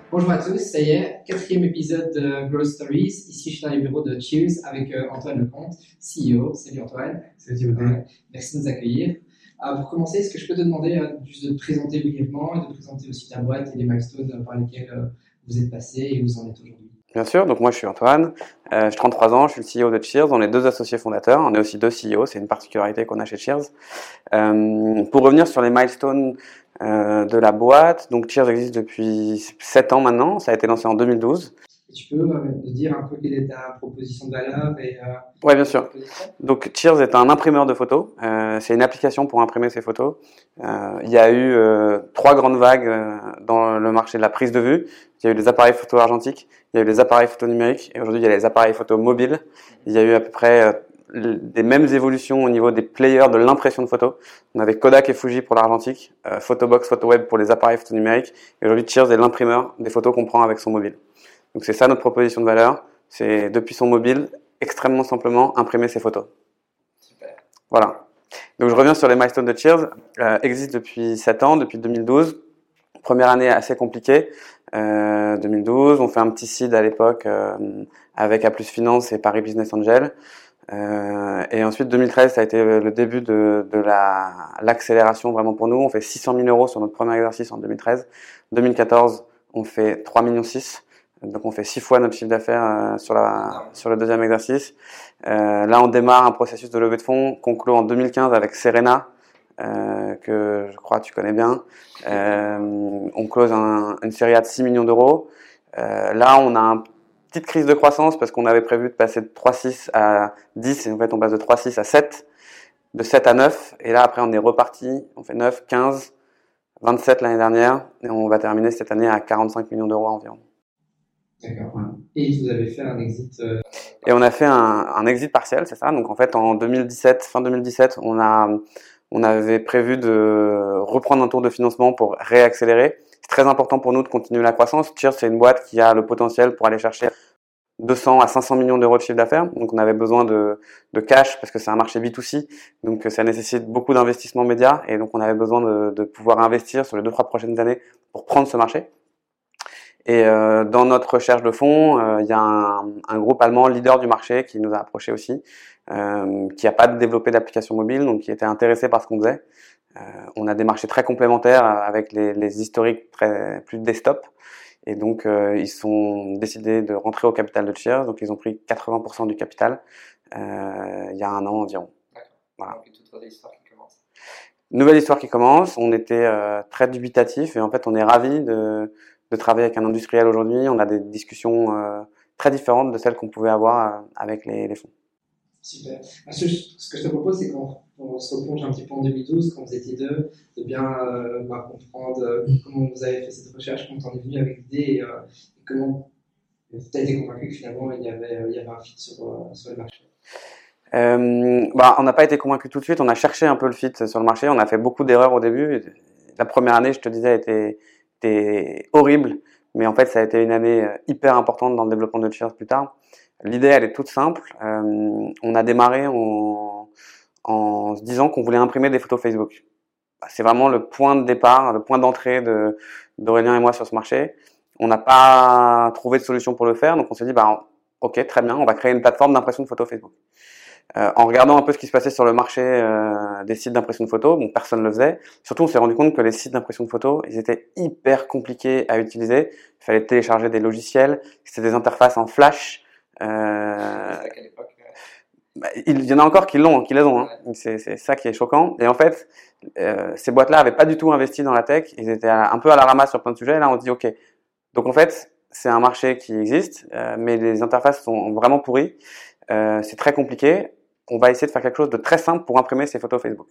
Bonjour à tous, ça y est, quatrième épisode de Growth Stories. Ici, je suis dans les bureaux de Cheers avec Antoine Lecomte, CEO. Salut Antoine. Salut Timothée. Merci de nous accueillir. Pour commencer, est-ce que je peux te demander juste de te présenter brièvement et de présenter aussi ta boîte et les milestones par lesquels vous êtes passé et où vous en êtes aujourd'hui? Bien sûr, donc moi je suis Antoine, j'ai 33 ans, je suis le CEO de Cheers, on est deux associés fondateurs, on est aussi deux CEO, c'est une particularité qu'on a chez Cheers. Pour revenir sur les milestones de la boîte, donc Cheers existe depuis 7 ans maintenant, ça a été lancé en 2012. Et tu peux nous dire un peu quelle est ta proposition de valeur Oui, bien sûr. Donc Cheers est un imprimeur de photos, c'est une application pour imprimer ses photos. Il y a eu 3 grandes vagues dans le marché de la prise de vue. Il y a eu les appareils photo argentiques, il y a eu les appareils photo numériques et aujourd'hui il y a les appareils photo mobiles. Il y a eu à peu près des mêmes évolutions au niveau des players de l'impression de photos. On avait Kodak et Fuji pour l'argentique, Photobox, PhotoWeb pour les appareils photo numériques et aujourd'hui Cheers est l'imprimeur des photos qu'on prend avec son mobile. Donc c'est ça notre proposition de valeur, c'est depuis son mobile, extrêmement simplement imprimer ses photos. Super. Voilà. Donc je reviens sur les milestones de Cheers. Existe depuis 7 ans, depuis 2012. Première année assez compliquée. 2012, on fait un petit seed à l'époque avec A+ Finance et Paris Business Angel. Et ensuite 2013, ça a été le début de l'accélération vraiment pour nous. On fait 600 000 euros sur notre premier exercice en 2013. 2014, on fait 3,6 millions. Donc on fait 6 fois notre chiffre d'affaires sur le deuxième exercice. Là on démarre un processus de levée de fonds qu'on clôt en 2015 avec Serena, que je crois tu connais bien. On close une série A de 6 millions d'euros. Là on a une petite crise de croissance parce qu'on avait prévu de passer de 3,6 à 10 et en fait on passe de 3,6 à 7, de 7 à 9 et là après on est reparti, on fait 9, 15, 27 l'année dernière et on va terminer cette année à 45 millions d'euros environ. D'accord. Et vous avez fait un exit Et on a fait un exit partiel, c'est ça. Donc en fait en 2017, fin 2017, on avait prévu de reprendre un tour de financement pour réaccélérer. C'est très important pour nous de continuer la croissance. Cheers, c'est une boîte qui a le potentiel pour aller chercher 200 à 500 millions d'euros de chiffre d'affaires. Donc on avait besoin de cash parce que c'est un marché B2C. Donc ça nécessite beaucoup d'investissements médias et donc on avait besoin de pouvoir investir sur les 2-3 prochaines années pour prendre ce marché. Et dans notre recherche de fonds, il y a un groupe allemand leader du marché qui nous a approché aussi, qui n'a pas développé d'application mobile, donc qui était intéressé par ce qu'on faisait. On a des marchés très complémentaires avec les historiques plus desktop. Et donc, ils ont décidé de rentrer au capital de Cheers. Donc, ils ont pris 80% du capital il y a un an environ. D'accord. Voilà. Donc, toute nouvelle histoire qui commence. Nouvelle histoire qui commence. On était très dubitatifs et en fait, on est ravis de travailler avec un industriel aujourd'hui. On a des discussions très différentes de celles qu'on pouvait avoir avec les fonds. Super. Ce que je te propose, c'est qu'on se replonge un petit peu en 2012, quand vous étiez deux, de bien comprendre comment vous avez fait cette recherche, comment t'en es venu avec l'idée et comment tu as été convaincu que finalement il y avait un fit sur le marché. On n'a pas été convaincu tout de suite. On a cherché un peu le fit sur le marché. On a fait beaucoup d'erreurs au début. La première année, je te disais, était horrible, mais en fait, ça a été une année hyper importante dans le développement de Cheers plus tard. L'idée, elle est toute simple. On a démarré en se disant qu'on voulait imprimer des photos Facebook. C'est vraiment le point de départ, le point d'entrée d'Aurélien et moi sur ce marché. On n'a pas trouvé de solution pour le faire, donc on s'est dit, ok, très bien, on va créer une plateforme d'impression de photos Facebook. En regardant un peu ce qui se passait sur le marché des sites d'impression de photos, personne ne le faisait. Surtout, on s'est rendu compte que les sites d'impression de photos, ils étaient hyper compliqués à utiliser. Il fallait télécharger des logiciels, c'était des interfaces en Flash. Il y en a encore qui les ont. C'est ça qui est choquant. Et en fait, ces boîtes-là avaient pas du tout investi dans la tech. Ils étaient un peu à la ramasse sur plein de sujets. Et là, on se dit, ok. Donc en fait, c'est un marché qui existe, mais les interfaces sont vraiment pourries. C'est très compliqué. On va essayer de faire quelque chose de très simple pour imprimer ces photos Facebook.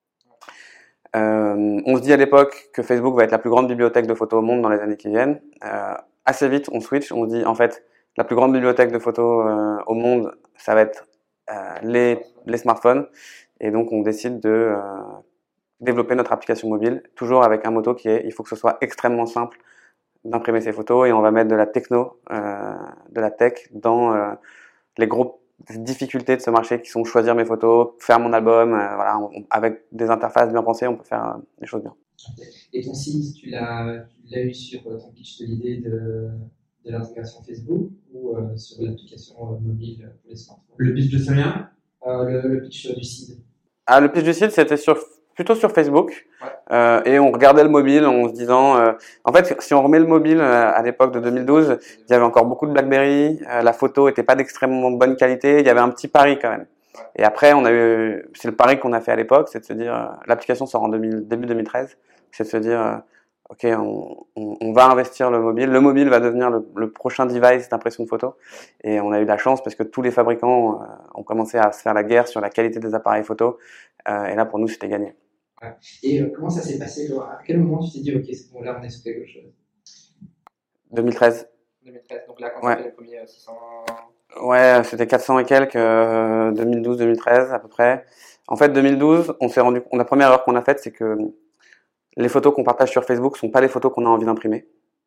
On se dit à l'époque que Facebook va être la plus grande bibliothèque de photos au monde dans les années qui viennent. Assez vite, on switch. On se dit, en fait, la plus grande bibliothèque de photos au monde, ça va être les smartphones. Et donc, on décide de développer notre application mobile, toujours avec un motto qui est, il faut que ce soit extrêmement simple d'imprimer ces photos et on va mettre de la techno, de la tech dans les groupes difficultés de ce marché qui sont choisir mes photos, faire mon album, avec des interfaces bien pensées, on peut faire des choses bien. Et ton site, tu l'as eu sur ton pitch de l'idée de l'intégration Facebook ou sur l'application mobile pour les smartphones? Le pitch de Samia? Le pitch du site. Ah, le pitch du site, c'était plutôt sur Facebook. Ouais. Et on regardait le mobile en se disant, en fait, si on remet le mobile à l'époque de 2012, il y avait encore beaucoup de BlackBerry, la photo était pas d'extrêmement bonne qualité, il y avait un petit pari quand même. Ouais. Et après, c'est le pari qu'on a fait à l'époque, c'est de se dire, l'application sort en début 2013, c'est de se dire, ok, on va investir le mobile. Le mobile va devenir le prochain device d'impression de photo. Et on a eu la chance parce que tous les fabricants ont commencé à se faire la guerre sur la qualité des appareils photo. Et là, pour nous, c'était gagné. Ouais. Et comment ça s'est passé? À quel moment tu t'es dit, ok, c'est bon, là, on est sur quelque chose? 2013. 2013, donc là, quand Ouais. tu fait les premiers 600... Ouais, c'était 400 et quelques, 2012-2013 à peu près. En fait, 2012, la première erreur qu'on a faite, c'est que les photos qu'on partage sur Facebook sont pas les photos qu'on a envie d'imprimer.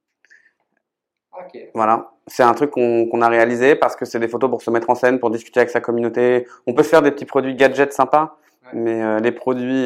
Ok. Voilà, c'est un truc qu'on a réalisé parce que c'est des photos pour se mettre en scène, pour discuter avec sa communauté. On peut se faire des petits produits gadgets sympas, mais les produits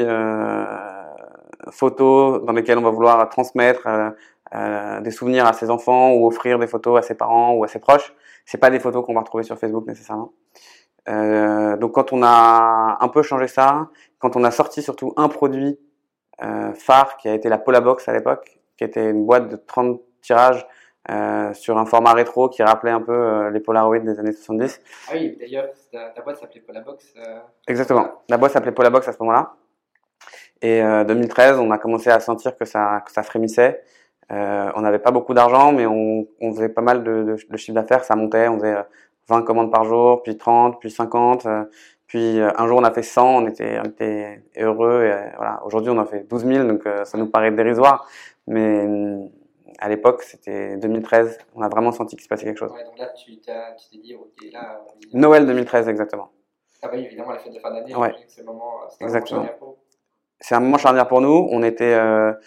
photos dans lesquels on va vouloir transmettre des souvenirs à ses enfants ou offrir des photos à ses parents ou à ses proches, c'est pas des photos qu'on va retrouver sur Facebook nécessairement. Donc quand on a un peu changé ça, quand on a sorti surtout un produit phare qui a été la Polabox à l'époque, qui était une boîte de 30 tirages sur un format rétro qui rappelait un peu les Polaroid des années 70. Ah oui, d'ailleurs, ta boîte s'appelait Polabox. Exactement. La boîte s'appelait Polabox à ce moment-là. Et 2013, on a commencé à sentir que ça frémissait. On n'avait pas beaucoup d'argent, mais on faisait pas mal de chiffre d'affaires. Ça montait, on faisait 20 commandes par jour, puis 30, puis 50. Puis un jour, on a fait 100, on était heureux. Et, voilà. Aujourd'hui, on en fait 12 000, donc ça nous paraît dérisoire. Mais à l'époque, c'était 2013. On a vraiment senti qu'il se passait quelque chose. Ouais, donc là, tu t'es dit, ok, là... Noël 2013, exactement. Ah oui, évidemment, la fête de fin d'année, ouais. C'est le moment... Exactement. C'est un moment charnière pour nous. On était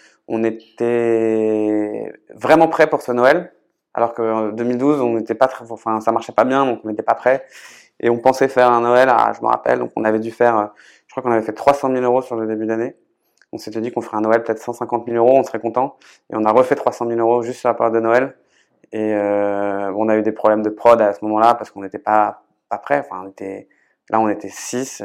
vraiment prêts pour ce Noël. Alors que 2012, on n'était pas enfin, ça marchait pas bien, donc on n'était pas prêts. Et on pensait faire un Noël, je me rappelle, donc on avait dû faire, je crois qu'on avait fait 300 000 euros sur le début d'année. On s'était dit qu'on ferait un Noël peut-être 150 000 euros, on serait content. Et on a refait 300 000 euros juste sur la période de Noël. Et on a eu des problèmes de prod à ce moment-là parce qu'on n'était pas prêts. Enfin, on était 6.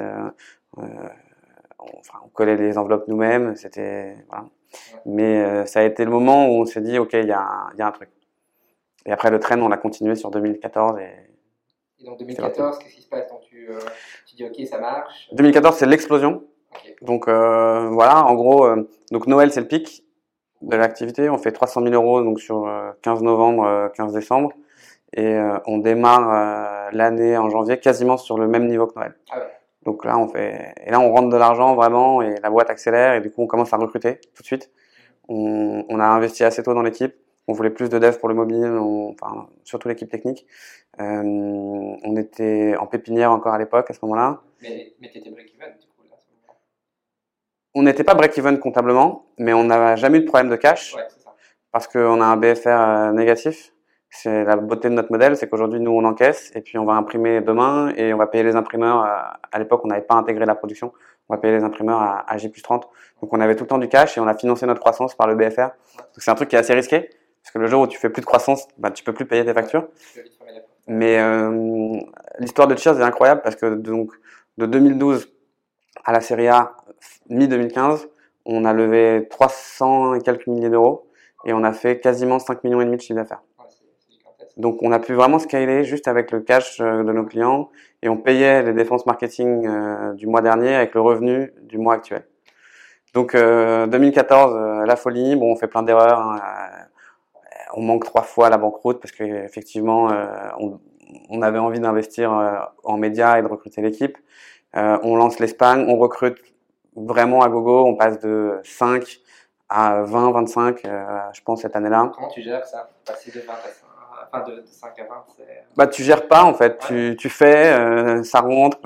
On collait les enveloppes nous-mêmes. C'était voilà. Mais ça a été le moment où on s'est dit, ok, il y a un truc. Et après le trend, on l'a continué sur 2014 et donc 2014, qu'est-ce qui se passe? Donc tu dis ok, ça marche. 2014, c'est l'explosion. Okay. Donc voilà, en gros, donc Noël c'est le pic de l'activité. On fait 300 000 euros donc sur 15 novembre, 15 décembre, et on démarre l'année en janvier quasiment sur le même niveau que Noël. Ah ouais. Donc là on rentre de l'argent vraiment et la boîte accélère et du coup on commence à recruter tout de suite. On a investi assez tôt dans l'équipe. On voulait plus de devs pour le mobile, enfin surtout l'équipe technique. On était en pépinière encore à l'époque à ce moment-là. Mais t'étais break-even du coup là. On n'était pas break-even comptablement, mais on n'a jamais eu de problème de cash. Ouais, c'est ça. Parce qu'on a un BFR négatif. C'est la beauté de notre modèle, c'est qu'aujourd'hui nous on encaisse et puis on va imprimer demain et on va payer les imprimeurs. À l'époque on n'avait pas intégré la production. On va payer les imprimeurs à J+30. Donc on avait tout le temps du cash et on a financé notre croissance par le BFR. Donc c'est un truc qui est assez risqué. Parce que le jour où tu fais plus de croissance, tu peux plus payer tes factures. Mais l'histoire de Cheers est incroyable parce que donc de 2012 à la série A, mi-2015, on a levé 300 et quelques milliers d'euros et on a fait quasiment 5 millions et demi de chiffre d'affaires. Donc on a pu vraiment scaler juste avec le cash de nos clients et on payait les dépenses marketing du mois dernier avec le revenu du mois actuel. Donc 2014, la folie. Bon, on fait plein d'erreurs. Hein. On manque 3 fois la banqueroute parce qu'effectivement, on avait envie d'investir en médias et de recruter l'équipe. On lance l'Espagne, on recrute vraiment à gogo. On passe de 5 à 20, 25, je pense, cette année-là. Comment tu gères ça? Passer de 20 à 5, enfin de 5 à 20, c'est... tu gères pas en fait. Ouais. Tu fais, ça rentre.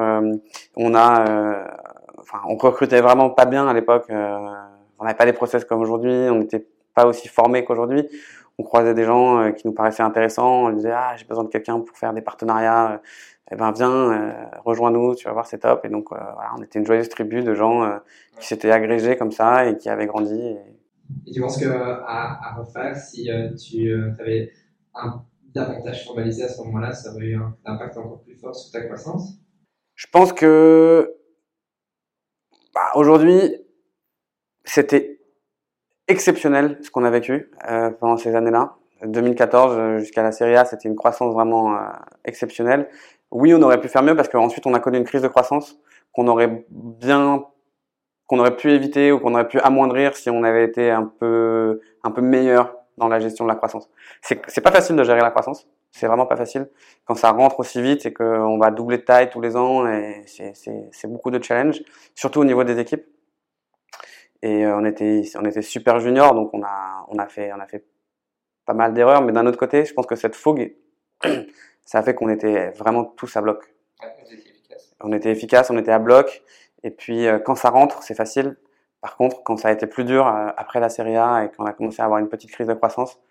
On recrutait vraiment pas bien à l'époque. On n'avait pas les process comme aujourd'hui. On n'était pas aussi formés qu'aujourd'hui. On croisait des gens qui nous paraissaient intéressants. On disait j'ai besoin de quelqu'un pour faire des partenariats. Eh ben viens, rejoins-nous, tu vas voir, c'est top. Et donc voilà, on était une joyeuse tribu de gens qui s'étaient agrégés comme ça et qui avaient grandi. Et Et tu penses à refaire, si tu avais davantage formalisé à ce moment-là, ça aurait eu un impact encore plus fort sur ta croissance? Je pense que aujourd'hui, c'était exceptionnel ce qu'on a vécu pendant ces années-là. 2014 jusqu'à la Serie A, c'était une croissance vraiment exceptionnelle. Oui, on aurait pu faire mieux parce qu'ensuite on a connu une crise de croissance qu'on aurait qu'on aurait pu éviter ou qu'on aurait pu amoindrir si on avait été un peu meilleur dans la gestion de la croissance. C'est pas facile de gérer la croissance. C'est vraiment pas facile quand ça rentre aussi vite et qu'on va doubler de taille tous les ans et c'est beaucoup de challenges, surtout au niveau des équipes. Et on était super junior, donc on a fait pas mal d'erreurs, mais d'un autre côté, je pense que cette fougue, ça a fait qu'on était vraiment tous à bloc. Ouais, vous étiez efficace. On était efficace, on était à bloc, et puis quand ça rentre, c'est facile. Par contre, quand ça a été plus dur après la Serie A et qu'on a commencé à avoir une petite crise de croissance,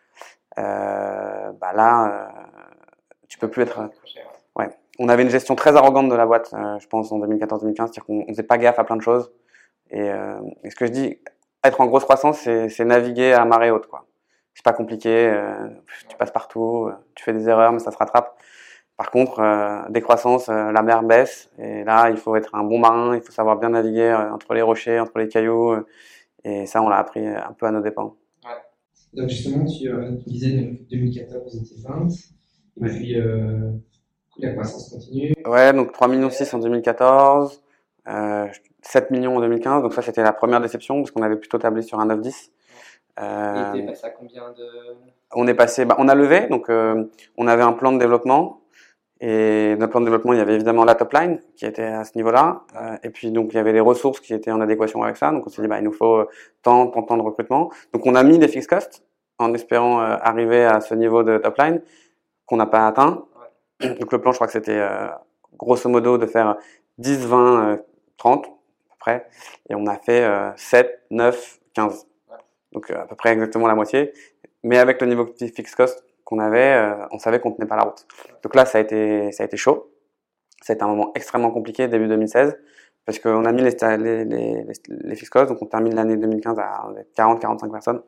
là, tu peux plus être. Ouais. On avait une gestion très arrogante de la boîte, je pense, en 2014-2015, c'est-à-dire qu'on faisait pas gaffe à plein de choses. Et ce que je dis, être en grosse croissance, c'est naviguer à marée haute, quoi. C'est pas compliqué, tu passes partout, tu fais des erreurs, mais ça se rattrape. Par contre, décroissance, la mer baisse, et là, il faut être un bon marin, il faut savoir bien naviguer entre les rochers, entre les cailloux, et ça, on l'a appris un peu à nos dépens. Ouais. Donc justement, tu disais donc 2014, vous étiez 20, et Ouais. puis la croissance continue. Ouais, donc 3,6 millions en 2014, 7 millions en 2015, donc ça, c'était la première déception, parce qu'on avait plutôt tablé sur un 9-10. Et t'es passé à combien de... On est passé, on a levé, donc on avait un plan de développement. Et dans le plan de développement, il y avait évidemment la top line qui était à ce niveau-là. Et puis donc il y avait les ressources qui étaient en adéquation avec ça. Donc on s'est dit il nous faut tant de recrutement. Donc on a mis des fixed costs en espérant arriver à ce niveau de top line qu'on n'a pas atteint. Ouais. Donc le plan, je crois que c'était grosso modo de faire 10, 20, 30 à peu près. Et on a fait 7, 9, 15. Ouais. Donc à peu près exactement la moitié. Mais avec le niveau de fixed cost qu'on avait, on savait qu'on tenait pas la route. Donc là, ça a été chaud. Ça a été un moment extrêmement compliqué début 2016 parce qu'on a mis les fixed costs, donc on termine l'année 2015 à 40-45 personnes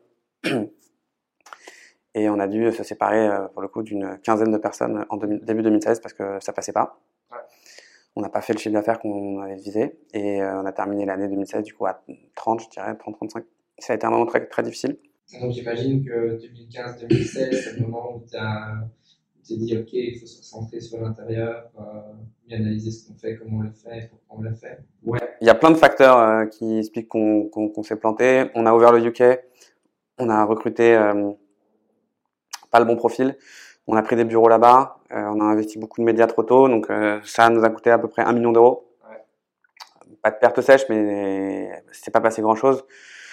et on a dû se séparer pour le coup d'une quinzaine de personnes en début 2016 parce que ça passait pas. Ouais. On n'a pas fait le chiffre d'affaires qu'on avait visé et on a terminé l'année 2016 du coup à 30, je dirais 30-35. Ça a été un moment très très difficile. Donc j'imagine que 2015-2016, c'est le moment où tu t'es dit ok, il faut se concentrer sur l'intérieur, bien analyser ce qu'on fait, comment on le fait et pourquoi on le fait. Ouais. Il y a plein de facteurs qui expliquent qu'on s'est planté. On a ouvert le UK, on a recruté pas le bon profil, on a pris des bureaux là-bas, on a investi beaucoup de médias trop tôt, donc ça nous a coûté à peu près 1 million d'euros. Ouais. Pas de perte sèche, mais c'est pas passé grand-chose.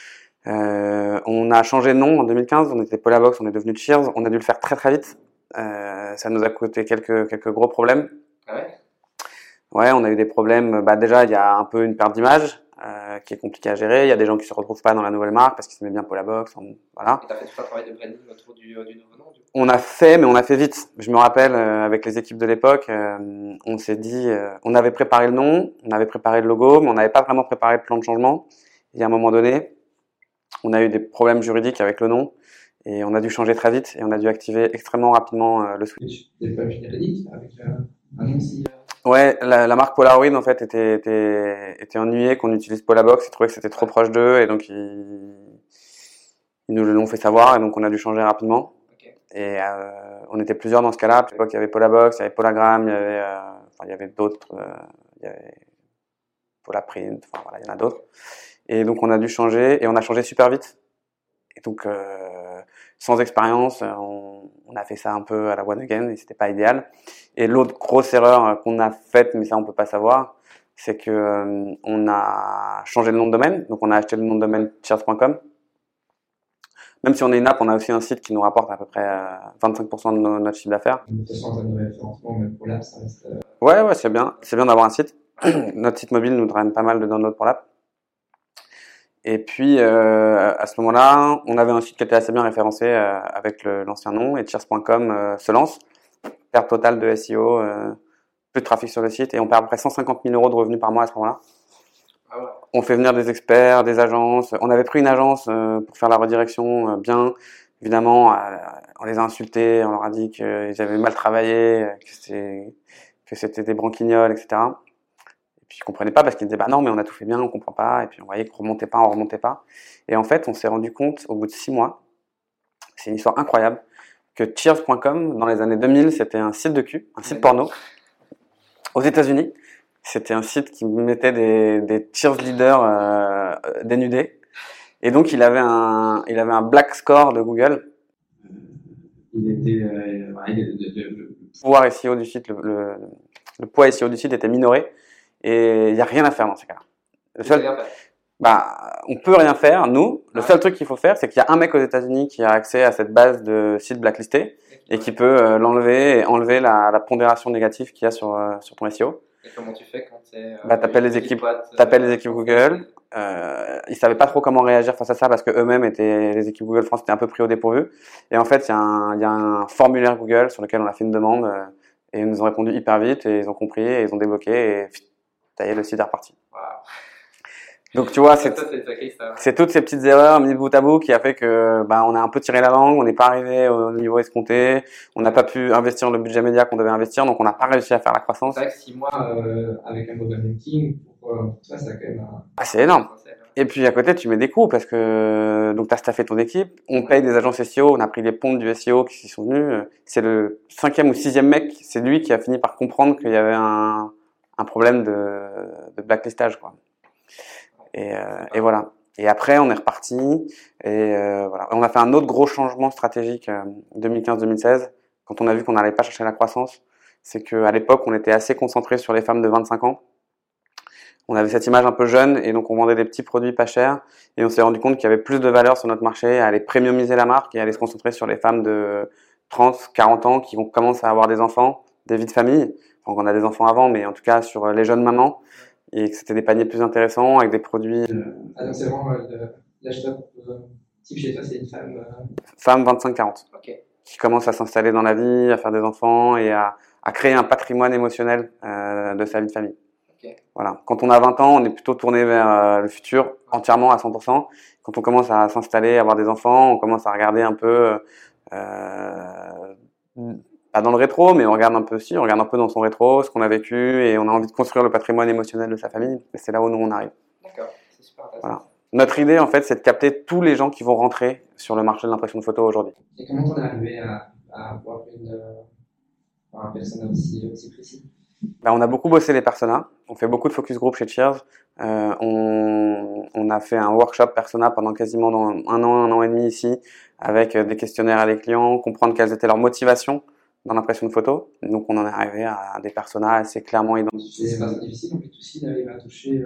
On a changé de nom en 2015, on était Polabox, on est devenu Cheers, on a dû le faire très très vite. Ça nous a coûté quelques gros problèmes. Ah ouais? Ouais, on a eu des problèmes. Déjà, il y a un peu une perte d'image qui est compliquée à gérer. Il y a des gens qui se retrouvent pas dans la nouvelle marque parce qu'ils s'aimaient bien Polabox. Voilà. Et t'as fait tout un travail de branding autour du nouveau nom, du coup? On a fait, mais on a fait vite. Je me rappelle, avec les équipes de l'époque, on s'est dit, on avait préparé le nom, on avait préparé le logo, mais on n'avait pas vraiment préparé le plan de changement. Et à un moment donné, on a eu des problèmes juridiques avec le nom et on a dû changer très vite et on a dû activer extrêmement rapidement le switch. Des problèmes juridiques avec un nom si... Ouais, la marque Polaroid en fait était ennuyée qu'on utilise Polabox, ils trouvaient que c'était trop proche d'eux et donc ils nous l'ont fait savoir et donc on a dû changer rapidement. Okay. Et on était plusieurs dans ce cas-là. À l'époque, il y avait Polabox, il y avait Polagram, il y avait d'autres, il y avait Polaprint, enfin voilà, il y en a d'autres. Et donc on a dû changer et on a changé super vite. Et donc sans expérience, on a fait ça un peu à la one again et c'était pas idéal. Et l'autre grosse erreur qu'on a faite, mais ça on peut pas savoir, c'est que on a changé le nom de domaine. Donc on a acheté le nom de domaine cheers.com. Même si on est une app, on a aussi un site qui nous rapporte à peu près 25% de notre chiffre d'affaires. De toute façon, ça nous référencement, mais pour l'app, ça reste... Ouais, c'est bien. C'est bien d'avoir un site. Notre site mobile nous draine pas mal de downloads pour l'app. Et puis, à ce moment-là, on avait un site qui était assez bien référencé avec l'ancien nom et cheers.com se lance. Perte totale de SEO, plus de trafic sur le site et on perd à peu près 150 000 euros de revenus par mois à ce moment-là. Ah ouais. On fait venir des experts, des agences. On avait pris une agence pour faire la redirection bien. Évidemment, on les a insultés, on leur a dit qu'ils avaient mal travaillé, que c'était des branquignoles, etc. Et puis ils comprenaient pas parce qu'ils disaient bah non mais on a tout fait bien, on comprend pas. Et puis on voyait qu'on remontait pas. Et en fait, on s'est rendu compte au bout de 6 mois, c'est une histoire incroyable, que Cheers.com dans les années 2000 c'était un site de cul, un site porno aux États-Unis. C'était un site qui mettait des cheerleaders dénudés. Et donc, il avait un black score de Google. Il était, le pouvoir SEO du site, le poids SEO du site était minoré. Et il n'y a rien à faire dans ces cas-là. On peut rien faire, nous. Le seul truc qu'il faut faire, c'est qu'il y a un mec aux États-Unis qui a accès à cette base de sites blacklistés et qui peut l'enlever et enlever la pondération négative qu'il y a sur ton SEO. Et comment tu fais quand tu t'appelles les équipes Google. Ils savaient pas trop comment réagir face à ça parce que eux-mêmes les équipes Google France étaient un peu pris au dépourvu. Et en fait, il y a un formulaire Google sur lequel on a fait une demande et ils nous ont répondu hyper vite et ils ont compris et ils ont débloqué et ça y est, le site est reparti. Wow. Donc tu vois, c'est toutes ces petites erreurs mis bout à bout qui a fait que on a un peu tiré la langue, on n'est pas arrivé au niveau escompté, on n'a pas pu investir le budget média qu'on devait investir, donc on n'a pas réussi à faire la croissance. C'est vrai que 6 mois avec un mobile banking, pour toi, ça a quand même c'est énorme. Et puis à côté, tu mets des coûts parce que donc tu as staffé ton équipe, on paye des agences SEO, on a pris les pontes du SEO qui s'y sont venus. C'est le 5e ou 6e mec, c'est lui qui a fini par comprendre qu'il y avait un problème de blacklistage, quoi. Et voilà. Et après, on est reparti. Et voilà. On a fait un autre gros changement stratégique 2015-2016 quand on a vu qu'on n'allait pas chercher la croissance. C'est qu'à l'époque, on était assez concentré sur les femmes de 25 ans. On avait cette image un peu jeune et donc on vendait des petits produits pas chers. Et on s'est rendu compte qu'il y avait plus de valeur sur notre marché à aller premiumiser la marque et à aller se concentrer sur les femmes de 30, 40 ans qui commencent à avoir des enfants, des vies de famille. Enfin, on a des enfants avant, mais en tout cas sur les jeunes mamans. Et que c'était des paniers plus intéressants avec des produits. donc c'est vraiment l'acheteur type chez toi, c'est une femme. Femme 25-40. Okay. Qui commence à s'installer dans la vie, à faire des enfants et à créer un patrimoine émotionnel de sa vie de famille. Okay. Voilà. Quand on a 20 ans, on est plutôt tourné vers le futur entièrement à 100%. Quand on commence à s'installer, à avoir des enfants, on commence à regarder un peu pas dans le rétro, mais on regarde un peu dans son rétro, ce qu'on a vécu, et on a envie de construire le patrimoine émotionnel de sa famille, et c'est là où nous on arrive. D'accord, c'est super intéressant. Voilà. Notre idée, en fait, c'est de capter tous les gens qui vont rentrer sur le marché de l'impression de photo aujourd'hui. Et comment on est arrivé à avoir un persona aussi précis? On a beaucoup bossé les personas, on fait beaucoup de focus group chez Cheers, on a fait un workshop persona pendant quasiment un an et demi ici, avec des questionnaires à des clients, comprendre quelles étaient leurs motivations dans l'impression de photo. Donc on en est arrivé à des personas assez clairement identifiés. C'est pas difficile en plus d'arriver à toucher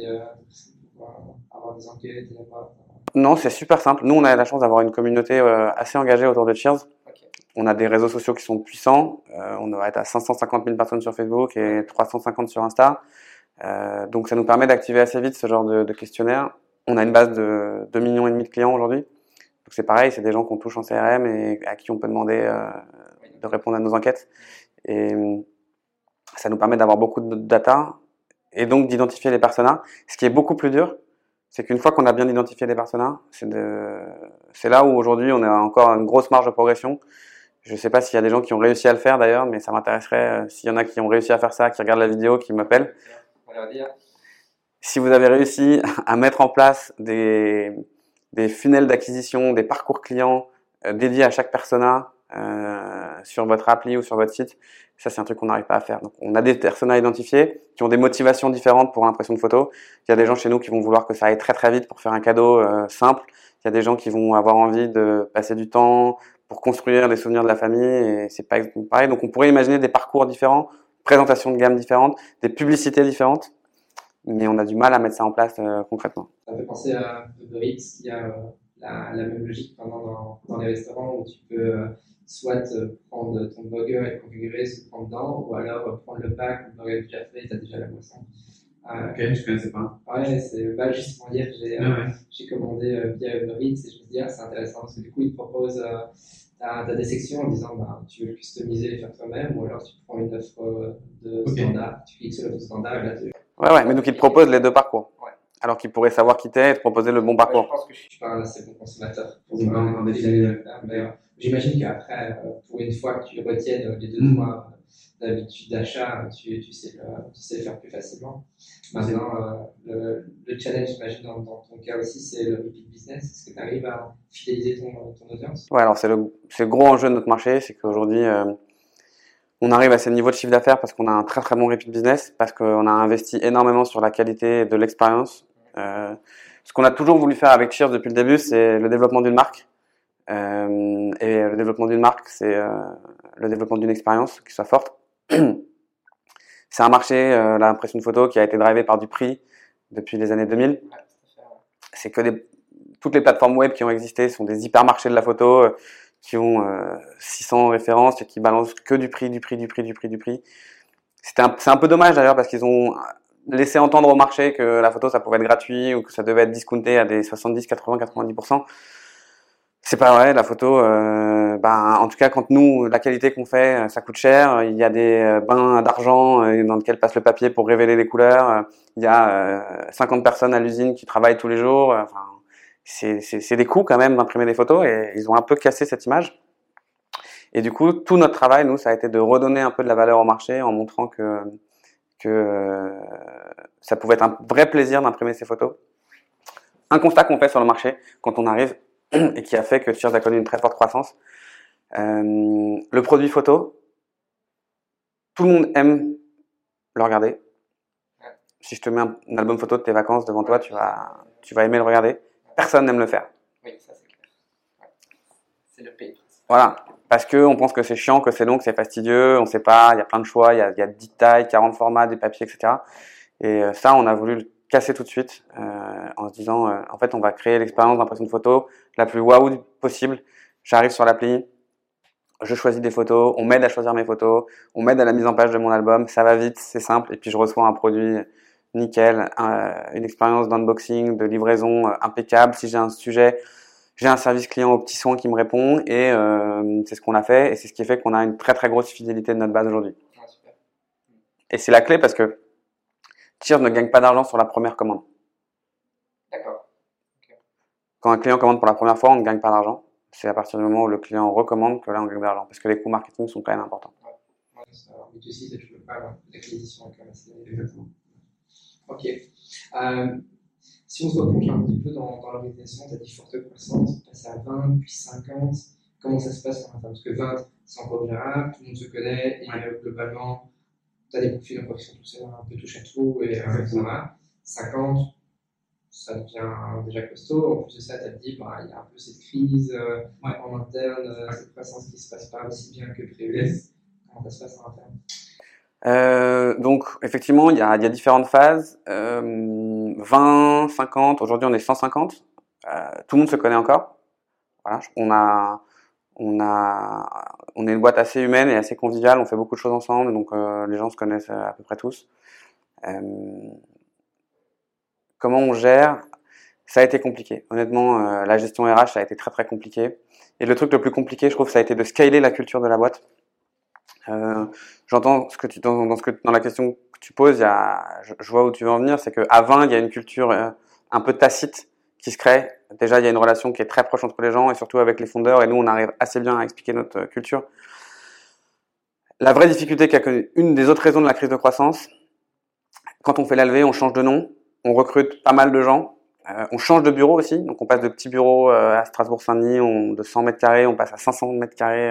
pour avoir des enquêtes et Non, c'est super simple. Nous, on a la chance d'avoir une communauté assez engagée autour de Cheers. Okay. On a des réseaux sociaux qui sont puissants. On doit être à 550 000 personnes sur Facebook et 350 sur Insta. Donc ça nous permet d'activer assez vite ce genre de questionnaire. On a une base de 2,5 millions de clients aujourd'hui. Donc c'est pareil, c'est des gens qu'on touche en CRM et à qui on peut demander de répondre à nos enquêtes. Et ça nous permet d'avoir beaucoup de data et donc d'identifier les personas. Ce qui est beaucoup plus dur, c'est qu'une fois qu'on a bien identifié les personas, c'est là où aujourd'hui on a encore une grosse marge de progression. Je ne sais pas s'il y a des gens qui ont réussi à le faire d'ailleurs, mais ça m'intéresserait s'il y en a qui ont réussi à faire ça, qui regardent la vidéo, qui m'appellent. On va leur dire. Si vous avez réussi à mettre en place des funnels d'acquisition, des parcours clients dédiés à chaque persona sur votre appli ou sur votre site, ça c'est un truc qu'on n'arrive pas à faire. Donc on a des personas identifiés qui ont des motivations différentes pour l'impression de photo. Il y a des gens chez nous qui vont vouloir que ça aille très très vite pour faire un cadeau simple. Il y a des gens qui vont avoir envie de passer du temps pour construire des souvenirs de la famille et c'est pas pareil. Donc on pourrait imaginer des parcours différents, présentations de gamme différentes, des publicités différentes, mais on a du mal à mettre ça en place concrètement. Ça fait penser à Uber Eats qui a la même logique dans les restaurants où tu peux soit prendre ton burger et le configurer, se prendre dedans, ou alors prendre le pack, le burger déjà fait, tu as déjà la boisson. Ok, je connaissais pas. Ouais, c'est justement hier, j'ai commandé via Uber Eats et je me dis, c'est intéressant parce que du coup, ils te proposent, t'as des sections en disant, tu veux le customiser et faire toi-même, ou alors tu prends une offre de standard, tu cliques sur l'offre standard et là tu... Ouais, mais donc ils te proposent les deux parcours. Ouais. alors qu'ils pourraient savoir qui t'es et te proposer le bon Ouais, parcours. je pense que je Je suis suis pas un assez bon consommateur pour C'est pas encore défini. mais, j'imagine qu'après, pour une fois que tu retiennes les 2 mois d'habitude d'achat, tu sais le faire plus facilement. Maintenant, le challenge, j'imagine, dans ton cas aussi, c'est le repeat business. Est-ce que tu arrives à fidéliser ton audience? Ouais, alors c'est le gros enjeu de notre marché, c'est qu'aujourd'hui, on arrive à ces niveaux de chiffre d'affaires parce qu'on a un très très bon repeat business, parce qu'on a investi énormément sur la qualité de l'expérience. Ce qu'on a toujours voulu faire avec Cheers depuis le début, c'est le développement d'une marque. Et le développement d'une marque, c'est le développement d'une expérience qui soit forte. C'est un marché, l'impression de photo, qui a été drivé par du prix depuis les années 2000. ouais, tout à fait, ouais. C'est que toutes les plateformes web qui ont existé sont des hypermarchés de la photo qui ont 600 références et qui balancent que du prix. C'est un peu dommage d'ailleurs parce qu'ils ont laissé entendre au marché que la photo ça pouvait être gratuit ou que ça devait être discounté à des 70, 80, 90%. C'est pas vrai, la photo, en tout cas quand nous, la qualité qu'on fait, ça coûte cher, il y a des bains d'argent dans lesquels passe le papier pour révéler les couleurs, il y a 50 personnes à l'usine qui travaillent tous les jours, enfin, c'est des coûts quand même d'imprimer des photos et ils ont un peu cassé cette image. Et du coup, tout notre travail, nous, ça a été de redonner un peu de la valeur au marché en montrant que ça pouvait être un vrai plaisir d'imprimer ces photos. Un constat qu'on fait sur le marché quand on arrive et qui a fait que Cheers a connu une très forte croissance, le produit photo, tout le monde aime le regarder. Si je te mets un album photo de tes vacances devant toi, tu vas aimer le regarder. Personne n'aime le faire. Oui, ça c'est clair. Ouais. C'est le pays. Voilà. Parce qu'on pense que c'est chiant, que c'est long, que c'est fastidieux, on sait pas, il y a plein de choix, il y a 10 tailles, 40 formats, des papiers, etc. Et ça, on a voulu le casser tout de suite en se disant, en fait, on va créer l'expérience d'impression de photo la plus waouh possible. J'arrive sur l'appli, je choisis des photos, on m'aide à choisir mes photos, on m'aide à la mise en page de mon album, ça va vite, c'est simple, et puis je reçois un produit nickel, une expérience d'unboxing, de livraison impeccable. Si j'ai un sujet, j'ai un service client aux petits soins qui me répond, et c'est ce qu'on a fait, et c'est ce qui fait qu'on a une très très grosse fidélité de notre base aujourd'hui. Ouais, super. Et c'est la clé parce que Cheers ne gagne pas d'argent sur la première commande. D'accord. Quand un client commande pour la première fois, on ne gagne pas d'argent. C'est à partir du moment où le client recommande que là, on gagne de l'argent. Parce que les coûts marketing sont quand même importants. Alors, B2C, tu peux pas avoir d'acquisition comme ça. Exactement. Ok. Si on se replonge un petit peu dans l'organisation, tu as dit forte croissance, passer à 20, puis 50. Comment ça se passe en interne? Parce que 20, c'est encore gérable, tout le monde se connaît, et globalement, tu as des profils en profession tout seul, un peu touche à tout, et voilà. 50, ça devient déjà costaud. En plus de ça, tu as dit, il y a un peu cette crise en interne, cette croissance qui ne se passe pas aussi bien que prévu. Yes. Comment ça se passe en interne? Donc, effectivement, il y a différentes phases. 20, 50, aujourd'hui on est 150. Tout le monde se connaît encore. Voilà, on est une boîte assez humaine et assez conviviale. On fait beaucoup de choses ensemble, donc les gens se connaissent à peu près tous. Comment on gère? Ça a été compliqué. Honnêtement, la gestion RH, ça a été très très compliqué. Et le truc le plus compliqué, je trouve, ça a été de scaler la culture de la boîte. J'entends ce que dans la question que tu poses, je vois où tu veux en venir, c'est qu'à 20, il y a une culture un peu tacite qui se crée. Déjà, il y a une relation qui est très proche entre les gens et surtout avec les fondeurs. Et nous, on arrive assez bien à expliquer notre culture. La vraie difficulté qu'a connue, une des autres raisons de la crise de croissance, quand on fait la levée, on change de nom, on recrute pas mal de gens, on change de bureau aussi. Donc, on passe de petits bureaux à Strasbourg-Saint-Denis, de 100 mètres carrés, on passe à 500 mètres carrés.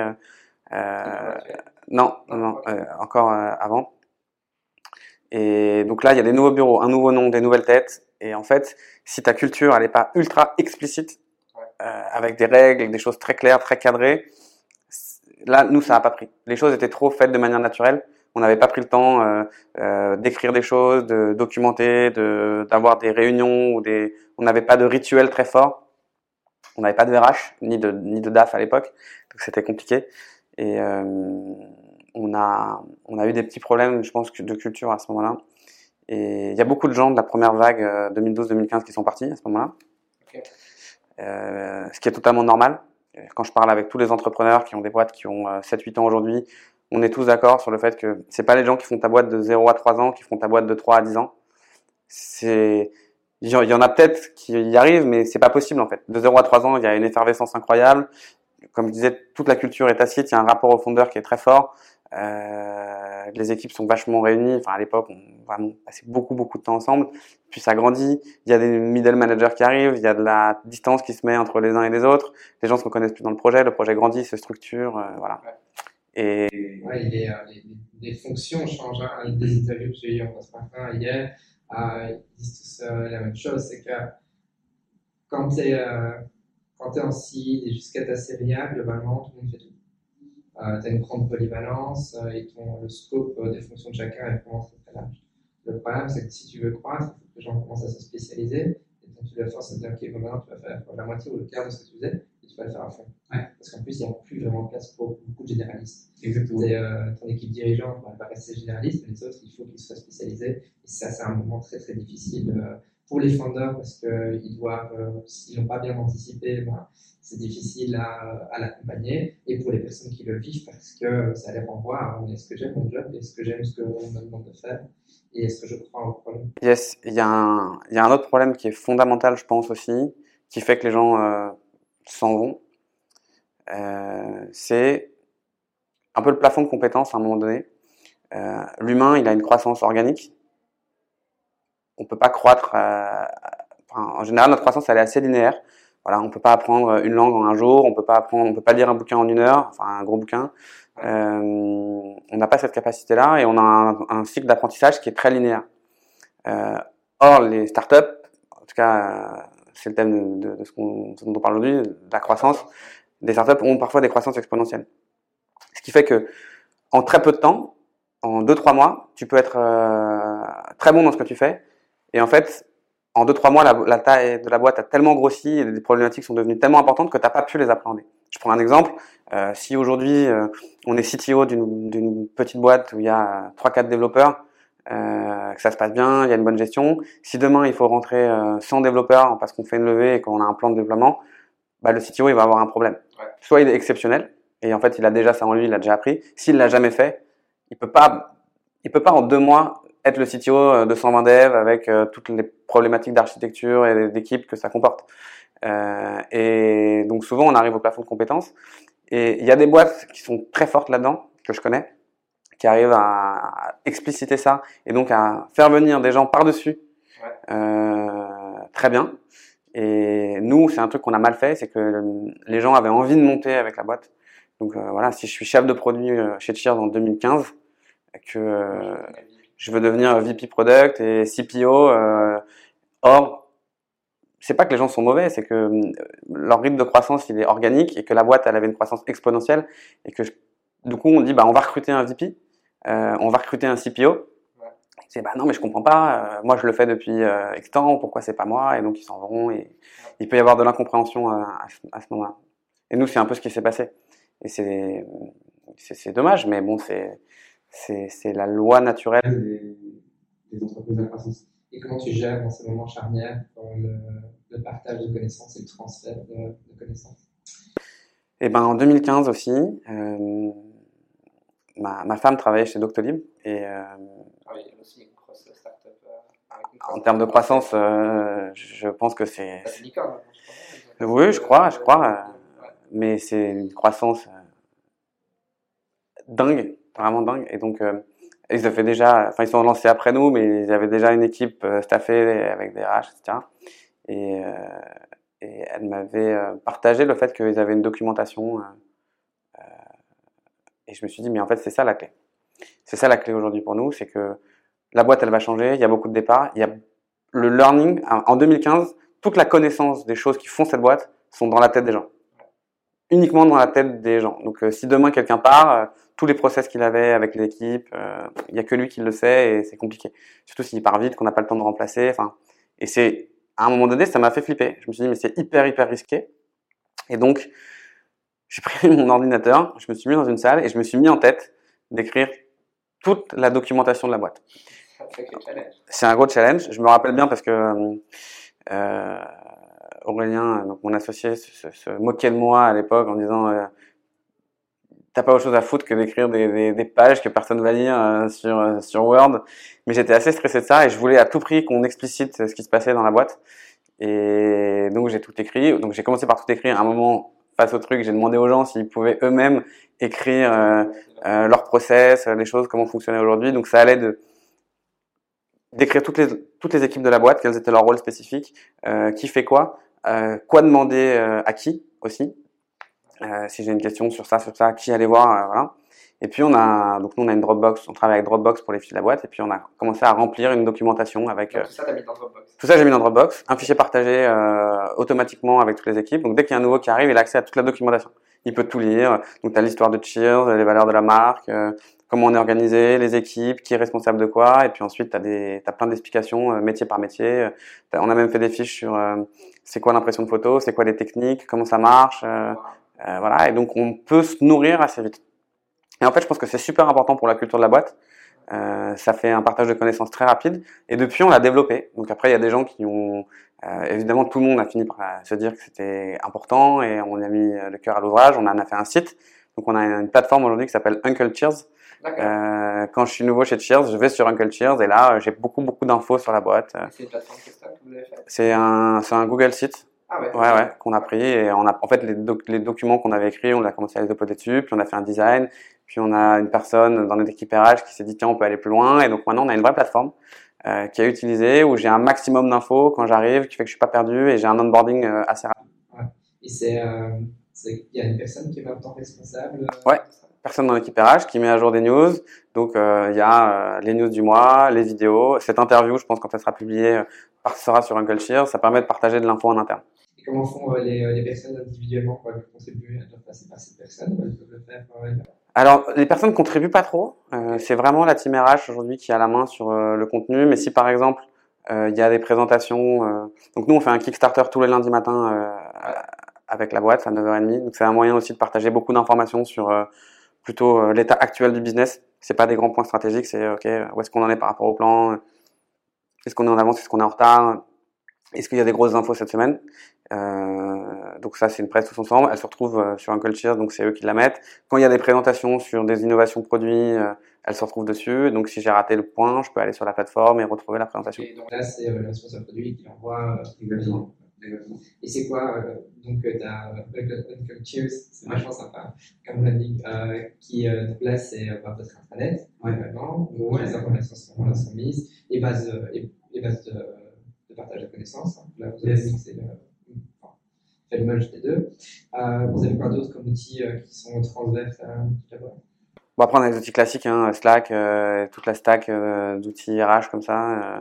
Non, encore avant. Et donc là, il y a des nouveaux bureaux, un nouveau nom, des nouvelles têtes. Et en fait, si ta culture, elle n'est pas ultra explicite, avec des règles, des choses très claires, très cadrées, là, nous, ça n'a pas pris. Les choses étaient trop faites de manière naturelle. On n'avait pas pris le temps d'écrire des choses, de documenter, d'avoir des réunions, on n'avait pas de rituel très fort. On n'avait pas de RH, ni de DAF à l'époque. Donc c'était compliqué. Et on a eu des petits problèmes, je pense, de culture à ce moment-là. Et il y a beaucoup de gens de la première vague 2012-2015 qui sont partis à ce moment-là. Okay. Ce qui est totalement normal. Quand je parle avec tous les entrepreneurs qui ont des boîtes qui ont 7-8 ans aujourd'hui, on est tous d'accord sur le fait que c'est pas les gens qui font ta boîte de 0 à 3 ans qui font ta boîte de 3 à 10 ans. Il il y en a peut-être qui y arrivent, mais c'est pas possible en fait. De 0 à 3 ans, il y a une effervescence incroyable. Comme je disais, toute la culture est tacite, il y a un rapport au fondeur qui est très fort. Les équipes sont vachement réunies. Enfin, à l'époque, on vraiment passé beaucoup de temps ensemble. Puis ça grandit. Il y a des middle managers qui arrivent. Il y a de la distance qui se met entre les uns et les autres. Les gens se reconnaissent plus dans le projet. Le projet grandit, se structure, voilà. Et ouais, les fonctions changent. Hein. Des interviews que j'ai eues en ce matin, hier, ils disent tous la même chose. C'est que quand tu es en seed et jusqu'à ta série A, globalement, tout le monde fait tout. Tu as une grande polyvalence et le scope des fonctions de chacun est vraiment très large. Le problème, c'est que si tu veux croître, il faut que les gens commencent à se spécialiser et donc tu les forces à dire ok, bon, maintenant tu vas faire la moitié ou le quart de ce que tu faisais et tu vas le faire à fond. Ouais. Parce qu'en plus, il n'y a plus vraiment de place pour beaucoup de généralistes. Exactement. Ton équipe dirigeante va rester généraliste, mais les autres, il faut qu'ils soient spécialisés. Et ça, c'est un moment très très difficile pour les founders parce qu'ils doivent, s'ils n'ont pas bien anticipé, c'est difficile à l'accompagner. Et pour les personnes qui le vivent, parce que ça les renvoie à est-ce que j'aime mon job, est-ce que j'aime ce qu'on me demande de faire, et est-ce que je crois au problème. yes, il y a un autre problème qui est fondamental, je pense aussi, qui fait que les gens s'en vont. C'est un peu le plafond de compétences à un moment donné. L'humain, il a une croissance organique. On peut pas croître. En général, notre croissance, elle est assez linéaire. Voilà, on peut pas apprendre une langue en un jour. On peut pas lire un bouquin en 1 heure. Enfin, un gros bouquin. On n'a pas cette capacité-là et on a un cycle d'apprentissage qui est très linéaire. Or, les startups, en tout cas, c'est le thème de ce dont on parle aujourd'hui, de la croissance. Des startups ont parfois des croissances exponentielles. Ce qui fait que, en très peu de temps, en 2-3 mois, tu peux être très bon dans ce que tu fais. Et en fait, en 2-3 mois, la taille de la boîte a tellement grossi et les problématiques sont devenues tellement importantes que tu n'as pas pu les appréhender. Je prends un exemple. Si aujourd'hui, on est CTO d'une petite boîte où il y a 3-4 développeurs, que ça se passe bien, il y a une bonne gestion. Si demain, il faut rentrer 100 développeurs parce qu'on fait une levée et qu'on a un plan de développement, le CTO, il va avoir un problème. Ouais. Soit il est exceptionnel, et en fait, il a déjà ça en lui, il l'a déjà appris. S'il l'a jamais fait, il peut pas en 2 mois être le CTO de 120 devs avec toutes les problématiques d'architecture et d'équipe que ça comporte. Et donc souvent, on arrive au plafond de compétences. Et il y a des boîtes qui sont très fortes là-dedans, que je connais, qui arrivent à expliciter ça et donc à faire venir des gens par-dessus très bien. Et nous, c'est un truc qu'on a mal fait, c'est que les gens avaient envie de monter avec la boîte. Donc voilà, si je suis chef de produit chez Cheers en 2015, que je veux devenir VP Product et CPO, or, c'est pas que les gens sont mauvais, c'est que leur rythme de croissance, il est organique et que la boîte, elle avait une croissance exponentielle et que du coup, on dit, on va recruter un VP, on va recruter un CPO. C'est non mais je comprends pas, moi je le fais depuis X temps, pourquoi c'est pas moi? Et donc ils s'en vont et il peut y avoir de l'incompréhension à ce moment-là. Et nous c'est un peu ce qui s'est passé. Et c'est dommage, mais bon c'est la loi naturelle des entreprises à croissance. Et comment tu gères dans ces moments charnières le partage de connaissances et le transfert de connaissances? Et en 2015 aussi, ma femme travaillait chez Doctolib et il y a aussi une grosse start-up en termes de croissance, je pense que c'est. C'est licorne, je crois. Oui, je crois. Mais c'est une croissance dingue, vraiment dingue. Et donc, ils avaient déjà, ils sont lancés après nous, mais ils avaient déjà une équipe staffée avec des RH, etc. Et elle m'avait partagé le fait qu'ils avaient une documentation. Et je me suis dit, mais en fait, c'est ça la clé. C'est ça la clé aujourd'hui pour nous, c'est que la boîte, elle va changer, il y a beaucoup de départs, il y a le learning. En 2015, toute la connaissance des choses qui font cette boîte sont dans la tête des gens. Uniquement dans la tête des gens. Donc, si demain quelqu'un part, tous les process qu'il avait avec l'équipe, il y a que lui qui le sait et c'est compliqué. Surtout s'il part vite, qu'on n'a pas le temps de remplacer. Et c'est, à un moment donné, ça m'a fait flipper. Je me suis dit, mais c'est hyper risqué. Et donc, j'ai pris mon ordinateur, je me suis mis dans une salle et je me suis mis en tête d'écrire toute la documentation de la boîte. C'est un gros challenge. Je me rappelle bien parce que Aurélien, donc mon associé, se moquait de moi à l'époque en disant t'as pas autre chose à foutre que d'écrire des pages que personne va lire sur Word. Mais j'étais assez stressé de ça et je voulais à tout prix qu'on explicite ce qui se passait dans la boîte. Et donc j'ai tout écrit. Donc j'ai commencé par tout écrire. À un moment, face au truc, j'ai demandé aux gens s'ils pouvaient eux-mêmes écrire leur process, les choses, comment fonctionnait aujourd'hui. Donc ça allait d'écrire toutes les équipes de la boîte, quels étaient leurs rôles spécifiques, qui fait quoi demander à qui aussi. Si j'ai une question sur ça, qui aller voir, voilà. Et puis nous on a une Dropbox, on travaille avec Dropbox pour les fiches de la boîte, et puis on a commencé à remplir une documentation avec. Donc, tout ça, t'as mis dans Dropbox. Tout ça, j'ai mis dans Dropbox, un fichier partagé automatiquement avec toutes les équipes. Donc dès qu'il y a un nouveau qui arrive, il a accès à toute la documentation. Il peut tout lire. Donc t'as l'histoire de Cheers, les valeurs de la marque, comment on est organisé, les équipes, qui est responsable de quoi, et puis ensuite t'as plein d'explications métier par métier. On a même fait des fiches sur c'est quoi l'impression de photo, c'est quoi les techniques, comment ça marche. Voilà, et donc on peut se nourrir assez vite. Et en fait, je pense que c'est super important pour la culture de la boîte. Ça fait un partage de connaissances très rapide. Et depuis, on l'a développé. Donc après, il y a des gens qui ont... évidemment, tout le monde a fini par se dire que c'était important et on a mis le cœur à l'ouvrage. On en a fait un site. Donc on a une plateforme aujourd'hui qui s'appelle Uncle Cheers. Quand je suis nouveau chez Cheers, je vais sur Uncle Cheers et là, j'ai beaucoup d'infos sur la boîte. C'est une plateforme custom que vous avez faite? C'est un Google site. Ah ouais. Ouais, qu'on a pris et en fait les documents qu'on avait écrits, on a commencé à les uploader dessus, puis on a fait un design, puis on a une personne dans notre équipe RH qui s'est dit tiens on peut aller plus loin et donc maintenant on a une vraie plateforme qui est utilisée où j'ai un maximum d'infos quand j'arrive, qui fait que je suis pas perdu et j'ai un onboarding assez rapide. Ouais. Et il y a une personne qui est maintenant responsable. Ouais, personne dans l'équipe RH qui met à jour des news. Donc il y a les news du mois, les vidéos, cette interview, je pense quand elle sera publiée, sera sur Uncle Cheers, ça permet de partager de l'info en interne. Et comment font les personnes individuellement pour contribuer? Elles doivent passer par cette personne ou elles peuvent le faire par elles? Alors, les personnes contribuent pas trop. C'est vraiment la team RH aujourd'hui qui a la main sur le contenu. Mais si par exemple, il y a des présentations... donc nous, on fait un Kickstarter tous les lundis matins avec la boîte à 9h30. Donc c'est un moyen aussi de partager beaucoup d'informations sur plutôt l'état actuel du business. C'est pas des grands points stratégiques, c'est OK, où est-ce qu'on en est par rapport au plan? Est-ce qu'on est en avance? Est-ce qu'on est en retard? Est-ce qu'il y a des grosses infos cette semaine? Donc ça, c'est une presse tous ensemble. Elle se retrouve sur Uncle Cheers, donc c'est eux qui la mettent. Quand il y a des présentations sur des innovations produits, elle se retrouve dessus. Donc si j'ai raté le point, je peux aller sur la plateforme et retrouver la présentation. Et donc là, c'est le responsable produit qui envoie. Exactement. Et c'est quoi donc t'as Uncle Cheers, c'est vachement sympa comme branding, donc là c'est votre intranet vraiment où les informations sont mises et base de partage de connaissances. Là vous avez fait le merge des deux. Vous avez quoi d'autre comme outils qui sont transverses à toute la boîte? Bon, après on a les outils classiques, Slack, toute la stack d'outils RH comme ça.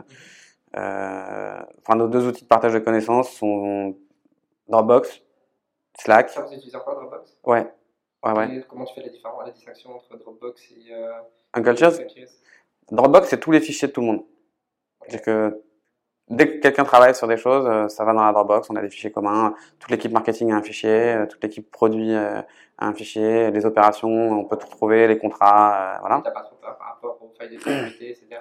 Nos deux outils de partage de connaissances sont Dropbox, Slack. Ça, vous utilisez encore Dropbox? Ouais. Et comment tu fais la distinction entre Dropbox et Uncle Cheers? Dropbox, c'est tous les fichiers de tout le monde. C'est-à-dire que dès que quelqu'un travaille sur des choses, ça va dans la Dropbox. On a des fichiers communs. Toute l'équipe marketing a un fichier, toute l'équipe produit a un fichier, les opérations, on peut tout retrouver, les contrats, voilà. T'as pas trop peur par rapport aux failles de sécurité, etc.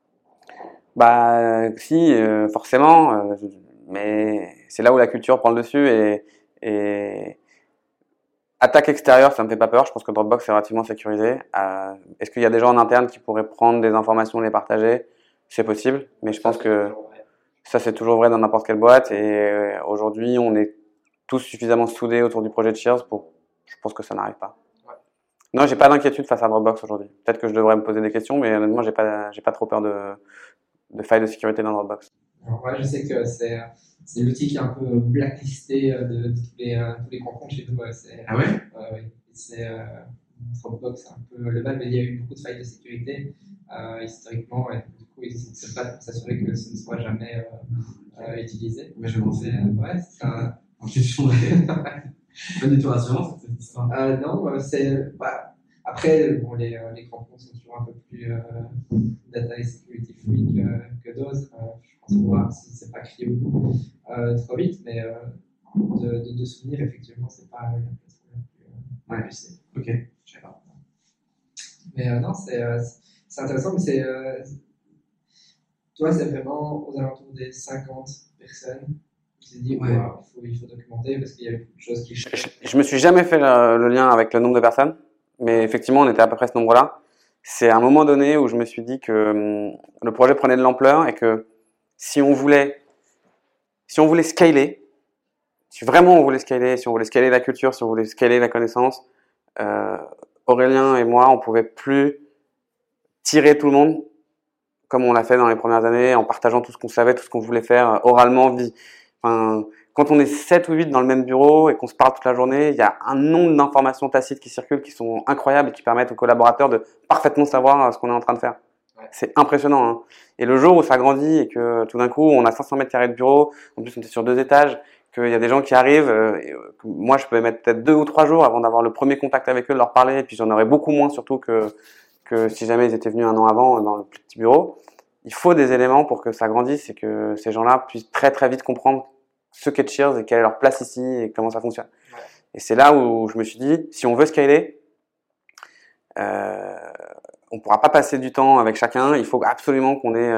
Bah si, forcément, mais c'est là où la culture prend le dessus et attaque extérieure, ça me fait pas peur. Je pense que Dropbox est relativement sécurisé. Est-ce qu'il y a des gens en interne qui pourraient prendre des informations, les partager? C'est possible, mais je pense que ça c'est toujours vrai dans n'importe quelle boîte et aujourd'hui on est tous suffisamment soudés autour du projet de Cheers je pense que ça n'arrive pas. Ouais. Non, j'ai pas d'inquiétude face à Dropbox aujourd'hui. Peut-être que je devrais me poser des questions, mais honnêtement j'ai pas trop peur de failles de sécurité dans Dropbox. Alors, je sais que c'est l'outil qui est un peu blacklisté de tous les rencontres chez nous. Ah ouais? C'est Dropbox, c'est un peu le mal, mais il y a eu beaucoup de failles de sécurité historiquement, et du coup, ils essaient de se battre pour s'assurer que ce ne soit jamais utilisé. Mais je m'en sais. Ouais, c'est un. Pas du tout rassurant cette histoire. Non, c'est. Après, bon, les grands comptes sont toujours un peu plus data et security freak que d'autres. Je pense voir si c'est pas crié beaucoup trop vite, mais de souvenir, effectivement, c'est pas la place plus safe. Ok, je sais pas. Mais non, c'est intéressant, mais toi, c'est vraiment aux alentours des 50 personnes. Tu t'es dit, il faut documenter parce qu'il y a beaucoup de choses qui changent. Je me suis jamais fait le lien avec le nombre de personnes. mais effectivement, on était à peu près ce nombre-là. C'est à un moment donné où je me suis dit que le projet prenait de l'ampleur et que si on voulait scaler, si vraiment on voulait scaler, si on voulait scaler la culture, si on voulait scaler la connaissance, Aurélien et moi, on pouvait plus tirer tout le monde comme on l'a fait dans les premières années, en partageant tout ce qu'on savait, tout ce qu'on voulait faire oralement. Enfin, quand on est 7 ou 8 dans le même bureau et qu'on se parle toute la journée, il y a un nombre d'informations tacites qui circulent qui sont incroyables et qui permettent aux collaborateurs de parfaitement savoir ce qu'on est en train de faire. Ouais. C'est impressionnant, hein. Et le jour où ça grandit et que tout d'un coup on a 500 mètres carrés de bureau, en plus on était sur 2 étages, qu'il y a des gens qui arrivent, moi je pouvais mettre peut-être 2 ou 3 jours avant d'avoir le premier contact avec eux, de leur parler, et puis j'en aurais beaucoup moins surtout que si jamais ils étaient venus un an avant dans le plus petit bureau. Il faut des éléments pour que ça grandisse et que ces gens-là puissent très très vite comprendre ce qu'est Cheers et quelle est leur place ici et comment ça fonctionne. Ouais. Et c'est là où je me suis dit, si on veut scaler, on ne pourra pas passer du temps avec chacun. Il faut absolument qu'on ait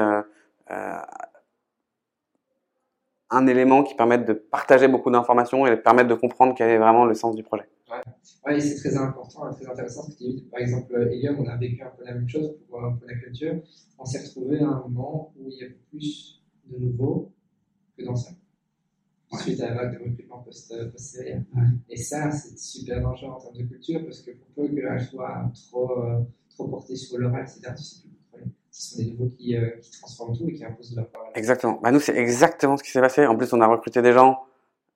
un élément qui permette de partager beaucoup d'informations et de permettre de comprendre quel est vraiment le sens du projet. Oui, c'est très important et très intéressant ce que tu dis. Par exemple, Helium, on a vécu un peu la même chose pour un peu la culture. On s'est retrouvé à un moment où il y avait plus de nouveaux que d'anciens. Suite à la vague de recrutement post-série. Et ça, c'est super dangereux en termes de culture parce que pour peu qu'elle soit trop portée sur l'oral, etc., tu sais plus contrôler. Ce sont des nouveaux qui transforment tout et qui imposent leur parole. Exactement. Bah, nous, c'est exactement ce qui s'est passé. En plus, on a recruté des gens.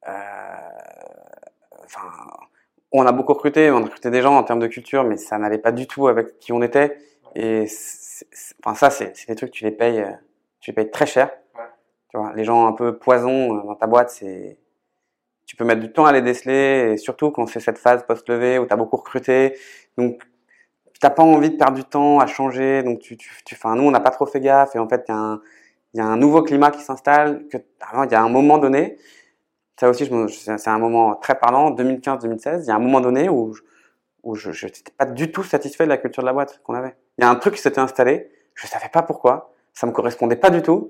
On a beaucoup recruté, on a recruté des gens en termes de culture, mais ça n'allait pas du tout avec qui on était. Et ça, c'est des trucs tu les payes très cher. Ouais. Tu vois, les gens un peu poison dans ta boîte, tu peux mettre du temps à les déceler, et surtout quand c'est cette phase post-levée où tu as beaucoup recruté. Donc, t'as pas envie de perdre du temps à changer. Donc, nous, on n'a pas trop fait gaffe. Et en fait, il y a un nouveau climat qui s'installe. Il y a un moment donné, ça aussi, c'est un moment très parlant, 2015-2016, il y a un moment donné où je n'étais pas du tout satisfait de la culture de la boîte qu'on avait. Il y a un truc qui s'était installé, je savais pas pourquoi, ça me correspondait pas du tout,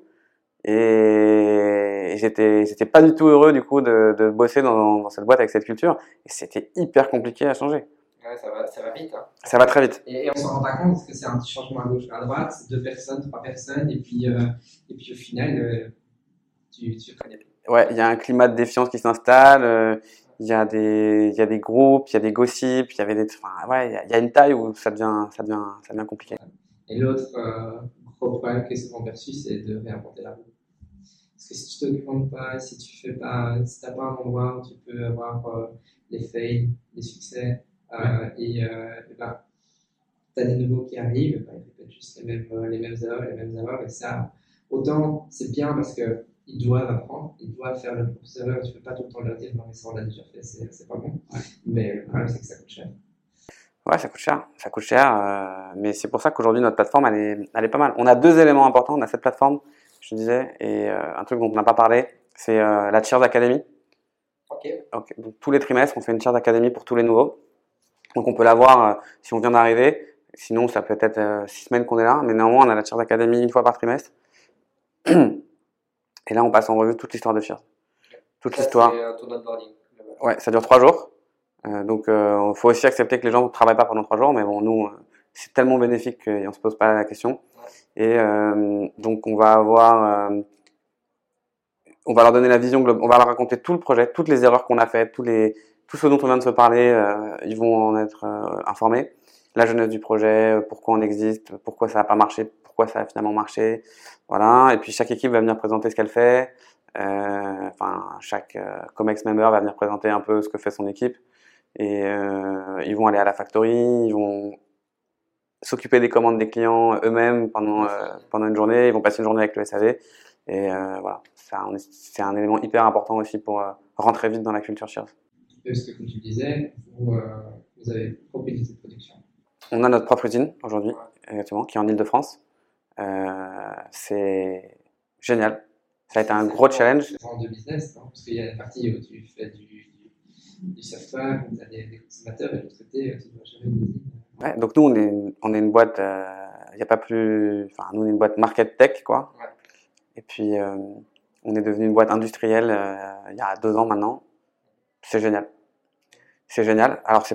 et j'étais pas du tout heureux du coup de bosser dans cette boîte avec cette culture, et c'était hyper compliqué à changer. Ouais, ça va vite. Hein. Ça va très vite. Et on s'en rend pas compte parce que c'est un petit changement à gauche à droite, 2 personnes, 3 personnes, et puis au final, tu connais plus. Ouais, il y a un climat de défiance qui s'installe. Il y a des groupes, il y a des gossips, il y a une taille où ça devient compliqué. Et l'autre gros problème qui est souvent perçu, c'est de réinventer la roue. Parce que si tu ne te documentes pas, si tu n'as pas un endroit où tu peux avoir les fails, les succès, tu as des nouveaux qui arrivent, ils répètent juste les mêmes erreurs, et ça, autant c'est bien parce qu'ils doivent apprendre, ils doivent faire leurs propres erreurs, tu ne peux pas tout le temps leur dire non mais ça on l'a déjà fait, c'est pas bon, mais le problème c'est que ça coûte cher. Ouais, ça coûte cher, mais c'est pour ça qu'aujourd'hui notre plateforme elle est pas mal. On a 2 éléments importants, on a cette plateforme, je te disais, et un truc dont on n'a pas parlé, c'est la Cheers Academy. Donc, tous les trimestres, on fait une Cheers Academy pour tous les nouveaux. Donc on peut l'avoir si on vient d'arriver, sinon ça peut être 6 semaines qu'on est là, mais néanmoins on a la Cheers Academy une fois par trimestre. Et là on passe en revue toute l'histoire de Cheers. Toute l'histoire. C'est un tour d'onboarding. Ouais, ça dure 3 jours. Donc faut aussi accepter que les gens ne travaillent pas pendant 3 jours, mais bon, nous, c'est tellement bénéfique qu'on ne se pose pas la question. Et donc on va leur donner la vision globale, on va leur raconter tout le projet, toutes les erreurs qu'on a faites, tout ce dont on vient de se parler, ils vont en être informés. La jeunesse du projet, pourquoi on existe, pourquoi ça n'a pas marché, pourquoi ça a finalement marché. Voilà. Et puis chaque équipe va venir présenter ce qu'elle fait. Chaque Comex member va venir présenter un peu ce que fait son équipe. Et ils vont aller à la factory, ils vont s'occuper des commandes des clients eux-mêmes pendant une journée, ils vont passer une journée avec le SAV. Et voilà, c'est un élément hyper important aussi pour rentrer vite dans la culture Cheers. Parce que comme tu disais, vous avez propre unité de production. On a notre propre usine aujourd'hui, exactement, qui est en Île-de-France. C'est génial. Ça a été un gros challenge. C'est vraiment de business, non parce qu'il y a une partie où tu fais du software, où tu as des consommateurs, et de l'autre côté, tu dois gérer une usine. Ouais, donc nous, on est une boîte, y a pas plus, enfin, nous, on est une boîte market tech, quoi. Ouais. Et puis, on est devenu une boîte industrielle il y a 2 ans maintenant. C'est génial. C'est génial. Alors,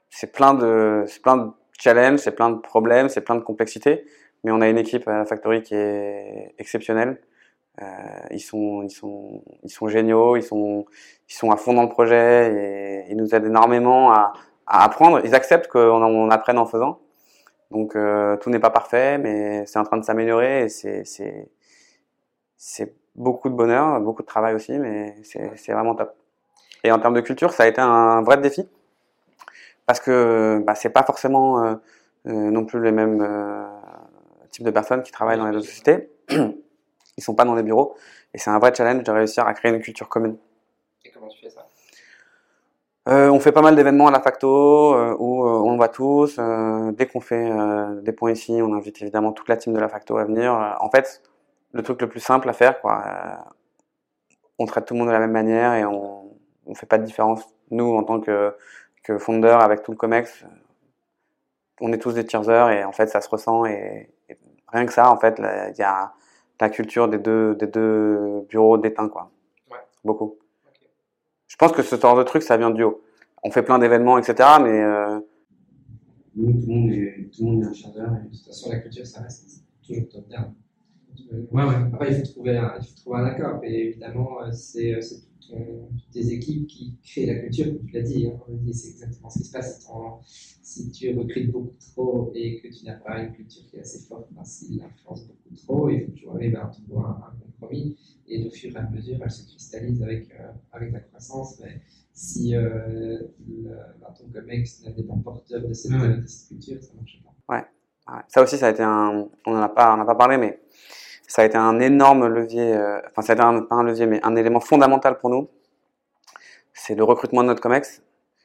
c'est plein de challenges, c'est plein de problèmes, c'est plein de complexités. Mais on a une équipe à la Factory qui est exceptionnelle. Ils sont géniaux, ils sont à fond dans le projet et ils nous aident énormément à apprendre. Ils acceptent qu'on apprenne en faisant. Donc tout n'est pas parfait, mais c'est en train de s'améliorer et c'est beaucoup de bonheur, beaucoup de travail aussi, mais c'est vraiment top. Et en termes de culture, ça a été un vrai défi parce que c'est pas forcément non plus les mêmes types de personnes qui travaillent dans les deux sociétés. Ils sont pas dans les bureaux et c'est un vrai challenge de réussir à créer une culture commune. Et comment tu fais ça? On fait pas mal d'événements à la Facto où on va tous. Dès qu'on fait des points ici, on invite évidemment toute la team de la Facto à venir. En fait, le truc le plus simple à faire, quoi. On traite tout le monde de la même manière et on fait pas de différence. Nous, en tant que founder avec tout le Comex, on est tous des cheersers et en fait, ça se ressent et rien que ça, en fait, il y a la culture des deux bureaux d'éteint, quoi. Ouais. Beaucoup. Okay. Je pense que ce genre de truc, ça vient du haut. On fait plein d'événements, etc. Mais Nous, tout le monde est un chargeur. De toute façon, la culture, ça reste toujours top down. Ouais. Après, il faut trouver un accord. Et évidemment, c'est toutes tes équipes qui créent la culture, comme tu l'as dit. Hein. C'est exactement ce qui se passe. Si tu recrutes beaucoup trop et que tu n'as pas une culture qui est assez forte, s'il influence beaucoup trop, il faut toujours arriver à trouver un compromis. Et au fur et à mesure, elle se cristallise avec la croissance. Mais si ton Comex n'était pas porteur de cette culture, ça ne marche pas. Ouais. Ça aussi, ça a été on n'a pas parlé, mais ça a été un énorme levier, ça a été pas un levier, mais un élément fondamental pour nous. C'est le recrutement de notre Comex.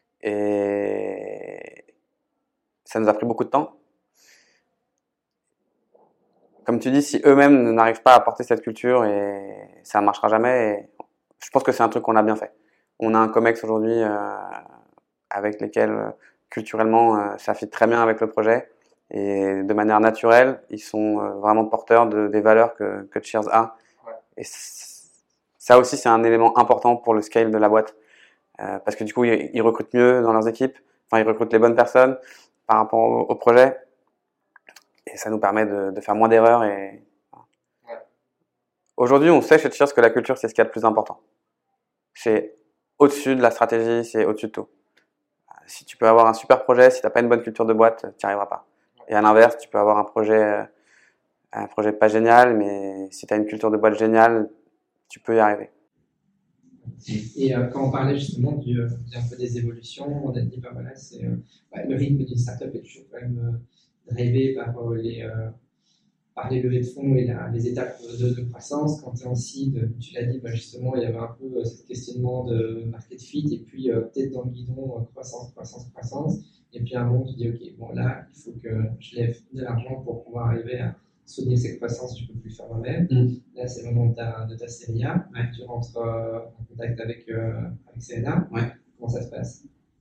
Et ça nous a pris beaucoup de temps. Comme tu dis, si eux-mêmes n'arrivent pas à apporter cette culture, et ça ne marchera jamais. Et je pense que c'est un truc qu'on a bien fait. On a un Comex aujourd'hui avec lesquels culturellement ça fit très bien avec le projet. Et de manière naturelle, ils sont vraiment porteurs des valeurs que Cheers a. Ouais. Et ça aussi, c'est un élément important pour le scale de la boîte. Parce que du coup, ils recrutent mieux dans leurs équipes. Enfin, ils recrutent les bonnes personnes par rapport au projet. Et ça nous permet de faire moins d'erreurs. Ouais. Aujourd'hui, on sait chez Cheers que la culture, c'est ce qu'il y a de plus important. C'est au-dessus de la stratégie, c'est au-dessus de tout. Si tu peux avoir un super projet, si tu n'as pas une bonne culture de boîte, tu n'y arriveras pas. Et à l'inverse, tu peux avoir un projet pas génial, mais si tu as une culture de boîte géniale, tu peux y arriver. Et quand on parlait justement un peu des évolutions, on a dit c'est le rythme d'une startup est toujours quand même drivé par les levées de fonds et les étapes de croissance. Quand tu es en seed, tu l'as dit, justement, il y avait un peu ce questionnement de market fit et puis peut-être dans le guidon, croissance. Et puis à un moment, tu dis, OK, bon là, il faut que je lève de l'argent pour pouvoir arriver à soutenir cette croissance, je ne peux plus le faire moi-même. Là, c'est le moment de ta série A. Tu rentres en contact avec Serena. Comment ça se passe?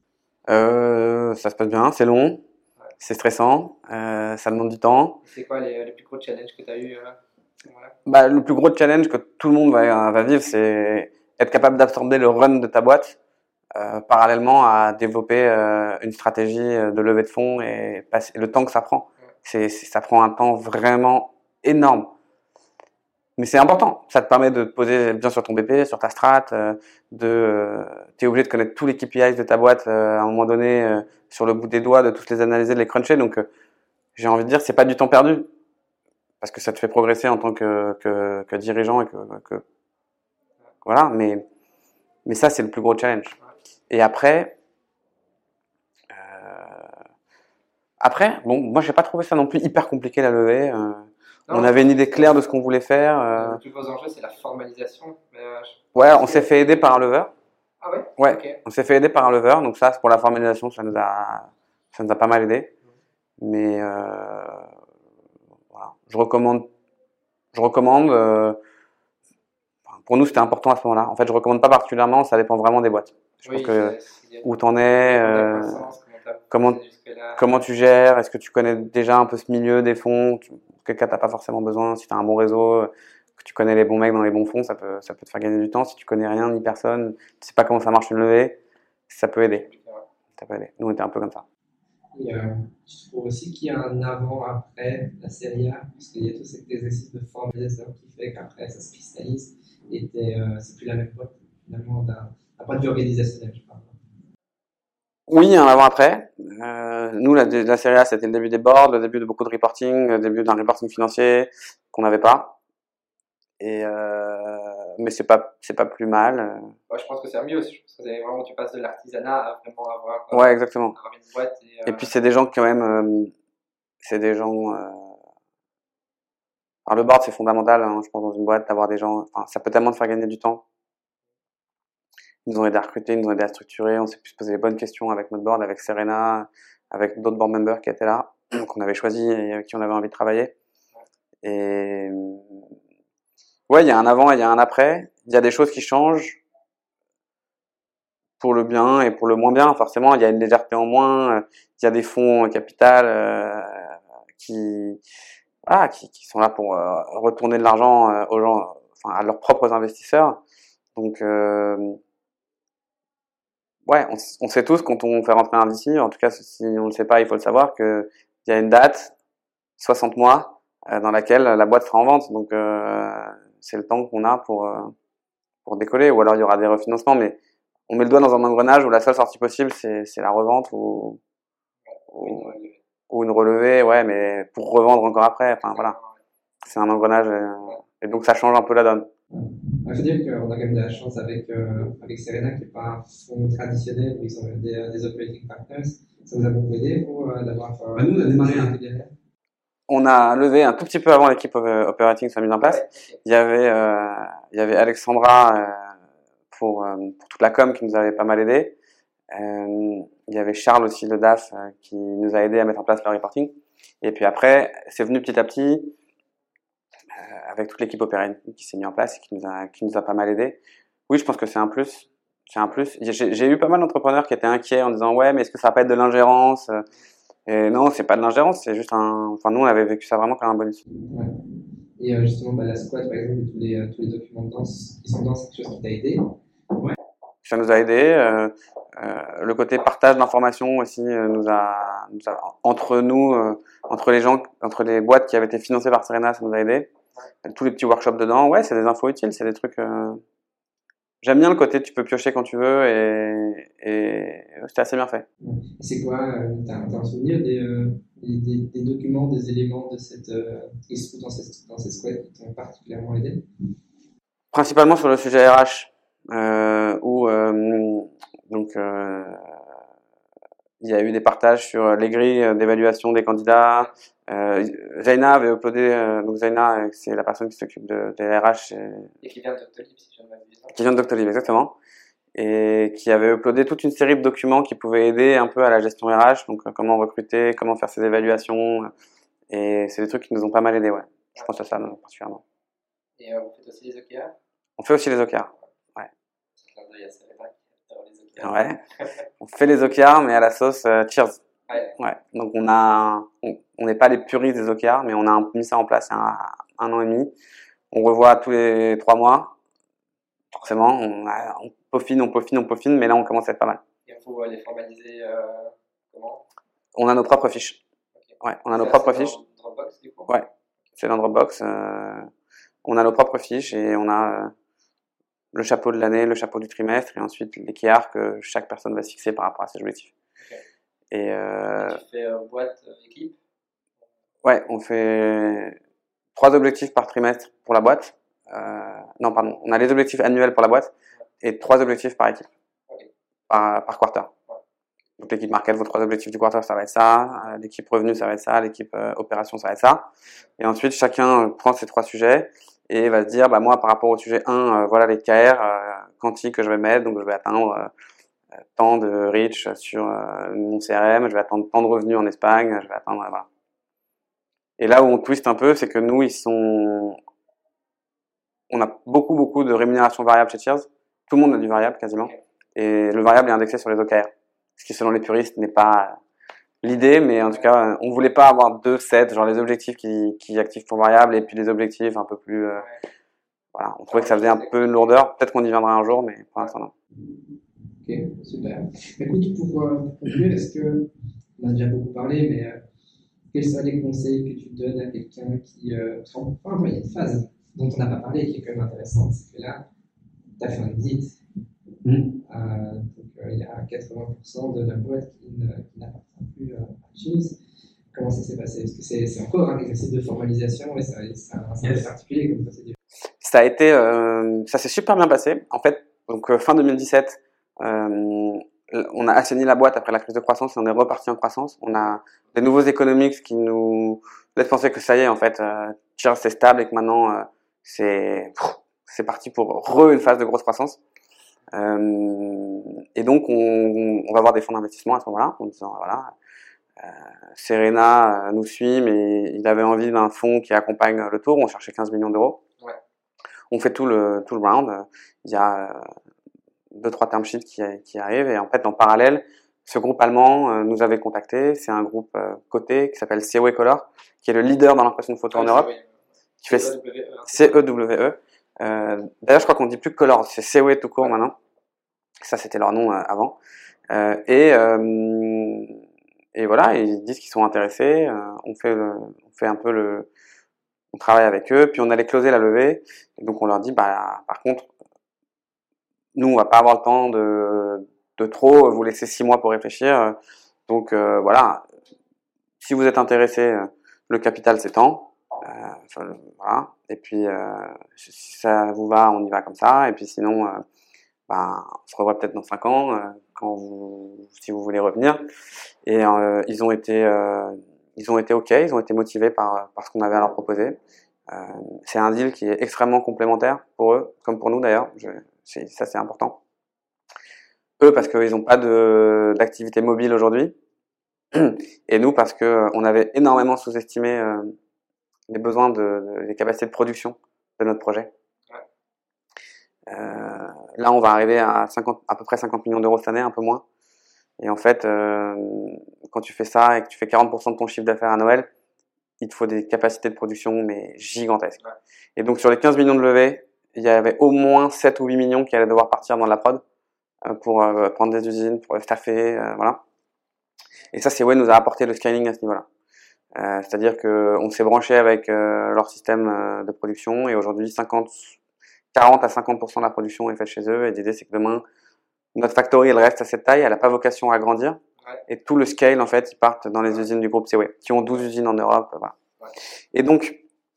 Ça se passe bien, c'est long. C'est stressant, ça demande du temps. C'est quoi les plus gros challenges que tu as eu à ce moment-là? Le plus gros challenge que tout le monde va vivre, c'est être capable d'absorber le run de ta boîte parallèlement à développer une stratégie de levée de fonds et le temps que ça prend. Ça prend un temps vraiment énorme. Mais c'est important. Ça te permet de te poser bien sur ton BP, sur ta strat, t'es obligé de connaître tous les KPIs de ta boîte à un moment donné sur le bout des doigts, de tous les analyser, de les cruncher. Donc j'ai envie de dire, c'est pas du temps perdu parce que ça te fait progresser en tant que dirigeant et voilà. Mais ça c'est le plus gros challenge. Et après, bon, moi j'ai pas trouvé ça non plus hyper compliqué la levée. On avait une idée claire de ce qu'on voulait faire. Le plus gros enjeu, c'est la formalisation. Ouais, on s'est fait aider par un lever. Ah ouais? Ouais, okay. On s'est fait aider par un lever. Donc ça, pour la formalisation, ça nous a pas mal aidé. Mais voilà, je recommande. Pour nous, c'était important à ce moment-là. En fait, je recommande pas particulièrement. Ça dépend vraiment des boîtes. Je pense que où t'en es, comment tu gères, est-ce que tu connais déjà un peu ce milieu des fonds, quel cas t'as pas forcément besoin, si tu as un bon réseau, que tu connais les bons mecs dans les bons fonds, ça peut te faire gagner du temps. Si tu connais rien ni personne, tu sais pas comment ça marche une levée, ça peut aider. Nous on était un peu comme ça. Et tu trouves aussi qu'il y a un avant-après la série A, parce qu'il y a tout cet exercice de formalisation qui fait qu'après ça se cristallise et c'est plus la même boîte finalement d'un point de vue organisationnel, je parle. Oui, un avant-après. Nous, la série A, c'était le début des boards, le début de beaucoup de reporting, le début d'un reporting financier qu'on n'avait pas. Et mais c'est pas plus mal. Ouais, je pense que c'est mieux aussi. Je pense que c'est vraiment, tu passes de l'artisanat à vraiment avoir, Ouais, exactement. avoir une boîte. Et puis c'est des gens qui quand même, c'est des gens. Alors le board c'est fondamental, hein, je pense dans une boîte d'avoir des gens. Enfin, ça peut tellement te faire gagner du temps. Ils nous ont aidé à recruter, ils nous ont aidé à structurer. On s'est pu se poser les bonnes questions avec notre board, avec Serena, avec d'autres board members qui étaient là, qu'on avait choisi et avec qui on avait envie de travailler. Et ouais, il y a un avant et il y a un après. Il y a des choses qui changent pour le bien et pour le moins bien. Forcément, il y a une légèreté en moins. Il y a des fonds capital qui sont là pour retourner de l'argent aux gens, enfin à leurs propres investisseurs. Donc ouais, on sait tous quand on fait rentrer un VC, en tout cas si on ne le sait pas, il faut le savoir, que il y a une date, 60 mois, dans laquelle la boîte sera en vente. Donc c'est le temps qu'on a pour décoller. Ou alors il y aura des refinancements, mais on met le doigt dans un engrenage où la seule sortie possible c'est la revente ou une relevée, ouais, mais pour revendre encore après. Enfin voilà, c'est un engrenage et donc ça change un peu la donne. Je veux dire qu'on a quand même de la chance avec Serena, qui n'est pas un fonds traditionnel où ils ont des operating partners. Ça vous a beaucoup aidé pour d'avoir. Nous, on a démarré un peu. On a levé un tout petit peu avant l'équipe operating soit mise en place. Il y avait Alexandra pour toute la com qui nous avait pas mal aidé. Il y avait Charles aussi, le DAF, qui nous a aidé à mettre en place le reporting. Et puis après, c'est venu petit à petit avec toute l'équipe operating qui s'est mise en place et qui nous a pas mal aidé. Oui, je pense que c'est un plus. C'est un plus. J'ai eu pas mal d'entrepreneurs qui étaient inquiets en disant ouais, mais est-ce que ça va pas être de l'ingérence? Et non, c'est pas de l'ingérence, c'est juste enfin, nous, on avait vécu ça vraiment comme un bonus. Ouais. Et justement, la squad, par exemple, tous les documents de danse qui sont dans cette chose qui t'a aidé. Ouais. Ça nous a aidé. Le côté partage d'informations aussi nous a entre nous, entre les gens, entre les boîtes qui avaient été financées par Serena, ça nous a aidé. Tous les petits workshops dedans, ouais, c'est des infos utiles, c'est des trucs. J'aime bien le côté tu peux piocher quand tu veux et c'était assez bien fait. C'est quoi, t'as un souvenir des documents, des éléments de cette qui se trouvent dans cette squad qui t'ont particulièrement aidé? Principalement sur le sujet RH, où donc il y a eu des partages sur les grilles d'évaluation des candidats. Zaina avait uploadé, donc Zaina, c'est la personne qui s'occupe des RH. Et qui vient de Doctolib, si je ne m'abuse. Qui vient de Doctolib, exactement. Et qui avait uploadé toute une série de documents qui pouvaient aider un peu à la gestion RH, donc comment recruter, comment faire ses évaluations. Et c'est des trucs qui nous ont pas mal aidé, ouais. Je pense à ça, particulièrement. Et vous faites aussi les OKR? On fait aussi les OKR, ouais. C'est clin d'œil à Serena qui adore les OKR. Ouais. On fait les OKR, mais à la sauce Cheers. Ouais. Donc on n'est pas les puristes des OKR, mais on a mis ça en place il y a un an et demi. On revoit tous les 3 mois. Forcément, on peaufine, mais là on commence à être pas mal. Et il faut les formaliser comment? On a nos propres fiches. Okay. Ouais, on a nos propres fiches. Dans Dropbox, du coup? Ouais, c'est dans Dropbox. On a nos propres fiches et on a le chapeau de l'année, le chapeau du trimestre et ensuite les KR que chaque personne va se fixer par rapport à ses objectifs. Okay. Et tu fais boîte, équipe? Ouais, on fait 3 objectifs par trimestre pour la boîte. Non, pardon. On a les objectifs annuels pour la boîte et 3 objectifs par équipe, okay. par quarter. Ouais. Donc l'équipe market, vos 3 objectifs du quarter, ça va être ça. L'équipe revenu, ça va être ça. L'équipe opération, ça va être ça. Et ensuite, chacun prend ces 3 sujets et va se dire, bah moi, par rapport au sujet 1, voilà les KR quantiques que je vais mettre. Donc je vais atteindre tant de reach sur mon CRM, je vais attendre tant de revenus en Espagne, je vais attendre, voilà. Et là où on twist un peu, c'est que nous, on a beaucoup de rémunération variable chez Cheers. Tout le monde a du variable quasiment. Et le variable est indexé sur les OKR. Ce qui, selon les puristes, n'est pas l'idée, mais en tout cas, on voulait pas avoir 2 sets, genre les objectifs qui activent ton variable et puis les objectifs un peu plus, voilà. On trouvait que ça faisait un peu une lourdeur. Peut-être qu'on y viendra un jour, mais pour l'instant, non. Ok, super. Écoute, pour conclure, est-ce que on a déjà beaucoup parlé, mais quels sont les conseils que tu donnes à quelqu'un qui. Enfin, il y a une phase dont on n'a pas parlé qui est quand même intéressante, c'est que là, tu as fait un exit. Donc, il y a 80% de la boîte qui n'appartient plus à Cheese. Comment ça s'est passé? Parce que c'est encore un exercice de formalisation et c'est un peu particulier comme procédure. Ça a été, ça s'est super bien passé. En fait, donc fin 2017, on a assaini la boîte après la crise de croissance et on est reparti en croissance. On a des nouveaux economics qui nous laissent penser que ça y est, en fait, Cheers c'est stable et que maintenant c'est parti pour une phase de grosse croissance. Et donc on va avoir des fonds d'investissement à ce moment-là en disant voilà, Serena nous suit, mais il avait envie d'un fonds qui accompagne le tour. On cherchait 15 millions d'euros. Ouais. On fait tout le round. Il y a 2-3 term sheets qui arrivent et en fait en parallèle, ce groupe allemand nous avait contacté. C'est un groupe coté qui s'appelle CEW Color, qui est le leader dans l'impression de photo en Europe, qui fait CEWE. D'ailleurs, je crois qu'on dit plus Color, c'est CEW tout court maintenant. Ça, c'était leur nom avant. Et voilà, ils disent qu'ils sont intéressés. On fait un peu on travaille avec eux, puis on allait closer la levée. Et donc on leur dit, bah, par contre, nous, on va pas avoir le temps de trop vous laisser 6 mois pour réfléchir. Donc voilà, si vous êtes intéressé, le capital s'étend. Voilà. Et puis si ça vous va, on y va comme ça. Et puis sinon, on se revoit peut-être dans 5 ans si vous voulez revenir. Et ils ont été OK, ils ont été motivés par ce qu'on avait à leur proposer. C'est un deal qui est extrêmement complémentaire pour eux, comme pour nous d'ailleurs. Ça c'est important. Eux parce qu'ils n'ont pas d'activité mobile aujourd'hui, et nous parce que on avait énormément sous-estimé les besoins les capacités de production de notre projet. Là, on va arriver à peu près 50 millions d'euros cette année, un peu moins. Et en fait, quand tu fais ça et que tu fais 40% de ton chiffre d'affaires à Noël, il te faut des capacités de production mais gigantesques. Ouais. Et donc sur les 15 millions de levée, il y avait au moins 7 ou 8 millions qui allaient devoir partir dans la prod pour prendre des usines, pour staffer, voilà. Et ça, c'est nous a apporté le scaling à ce niveau-là. C'est-à-dire que on s'est branché avec leur système de production et aujourd'hui 40 à 50% de la production est faite chez eux. Et l'idée, c'est que demain, notre factory, elle reste à cette taille, elle n'a pas vocation à grandir. Ouais. Et tout le scale, en fait, ils partent dans les usines du groupe CEW, qui ont 12 usines en Europe. Voilà. Ouais. Et donc,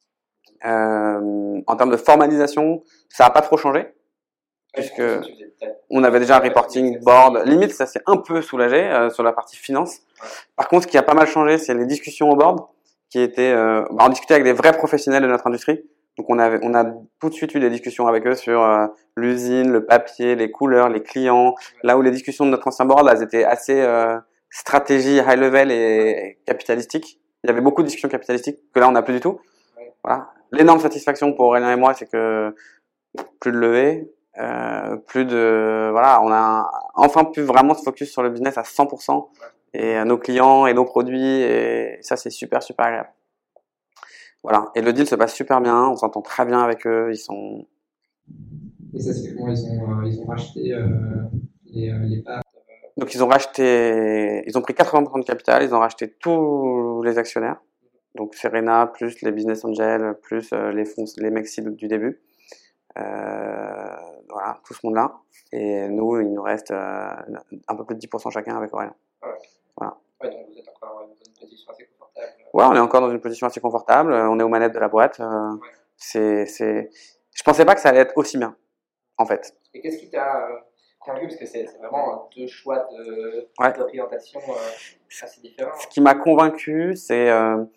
en termes de formalisation, ça n'a pas trop changé, puisque on avait déjà un reporting board. Limite, ça s'est un peu soulagé sur la partie finance. Ouais. Par contre, ce qui a pas mal changé, c'est les discussions au board, qui étaient, on discutait avec des vrais professionnels de notre industrie. Donc on a tout de suite eu des discussions avec eux sur l'usine, le papier, les couleurs, les clients. Là où les discussions de notre ancien board, elles étaient assez stratégie, high level et capitalistique. Il y avait beaucoup de discussions capitalistiques que là on n'a plus du tout. Voilà. L'énorme satisfaction pour Aurélien et moi, c'est que plus de levée, voilà, on a enfin pu vraiment se focus sur le business à 100% et à nos clients et nos produits et ça c'est super agréable. Voilà. Et le deal se passe super bien, on s'entend très bien avec eux, ils sont... Et ça se fait comment ils ont racheté les parts? Donc ils ont pris 80% de capital, ils ont racheté tous les actionnaires. Donc Serena, plus les business angels, plus les fonds, les mecs du début. Voilà, tout ce monde-là. Et nous, il nous reste un peu plus de 10% chacun avec Aurélien. Ouais. Voilà. Ouais, donc vous êtes encore dans une position assez confortable. Ouais, on est encore dans une position assez confortable. On est aux manettes de la boîte. Ouais. Je pensais pas que ça allait être aussi bien, en fait. Et qu'est-ce qui t'a convaincu? Parce que c'est vraiment deux choix d'orientation assez différents. Ce qui m'a convaincu, c'est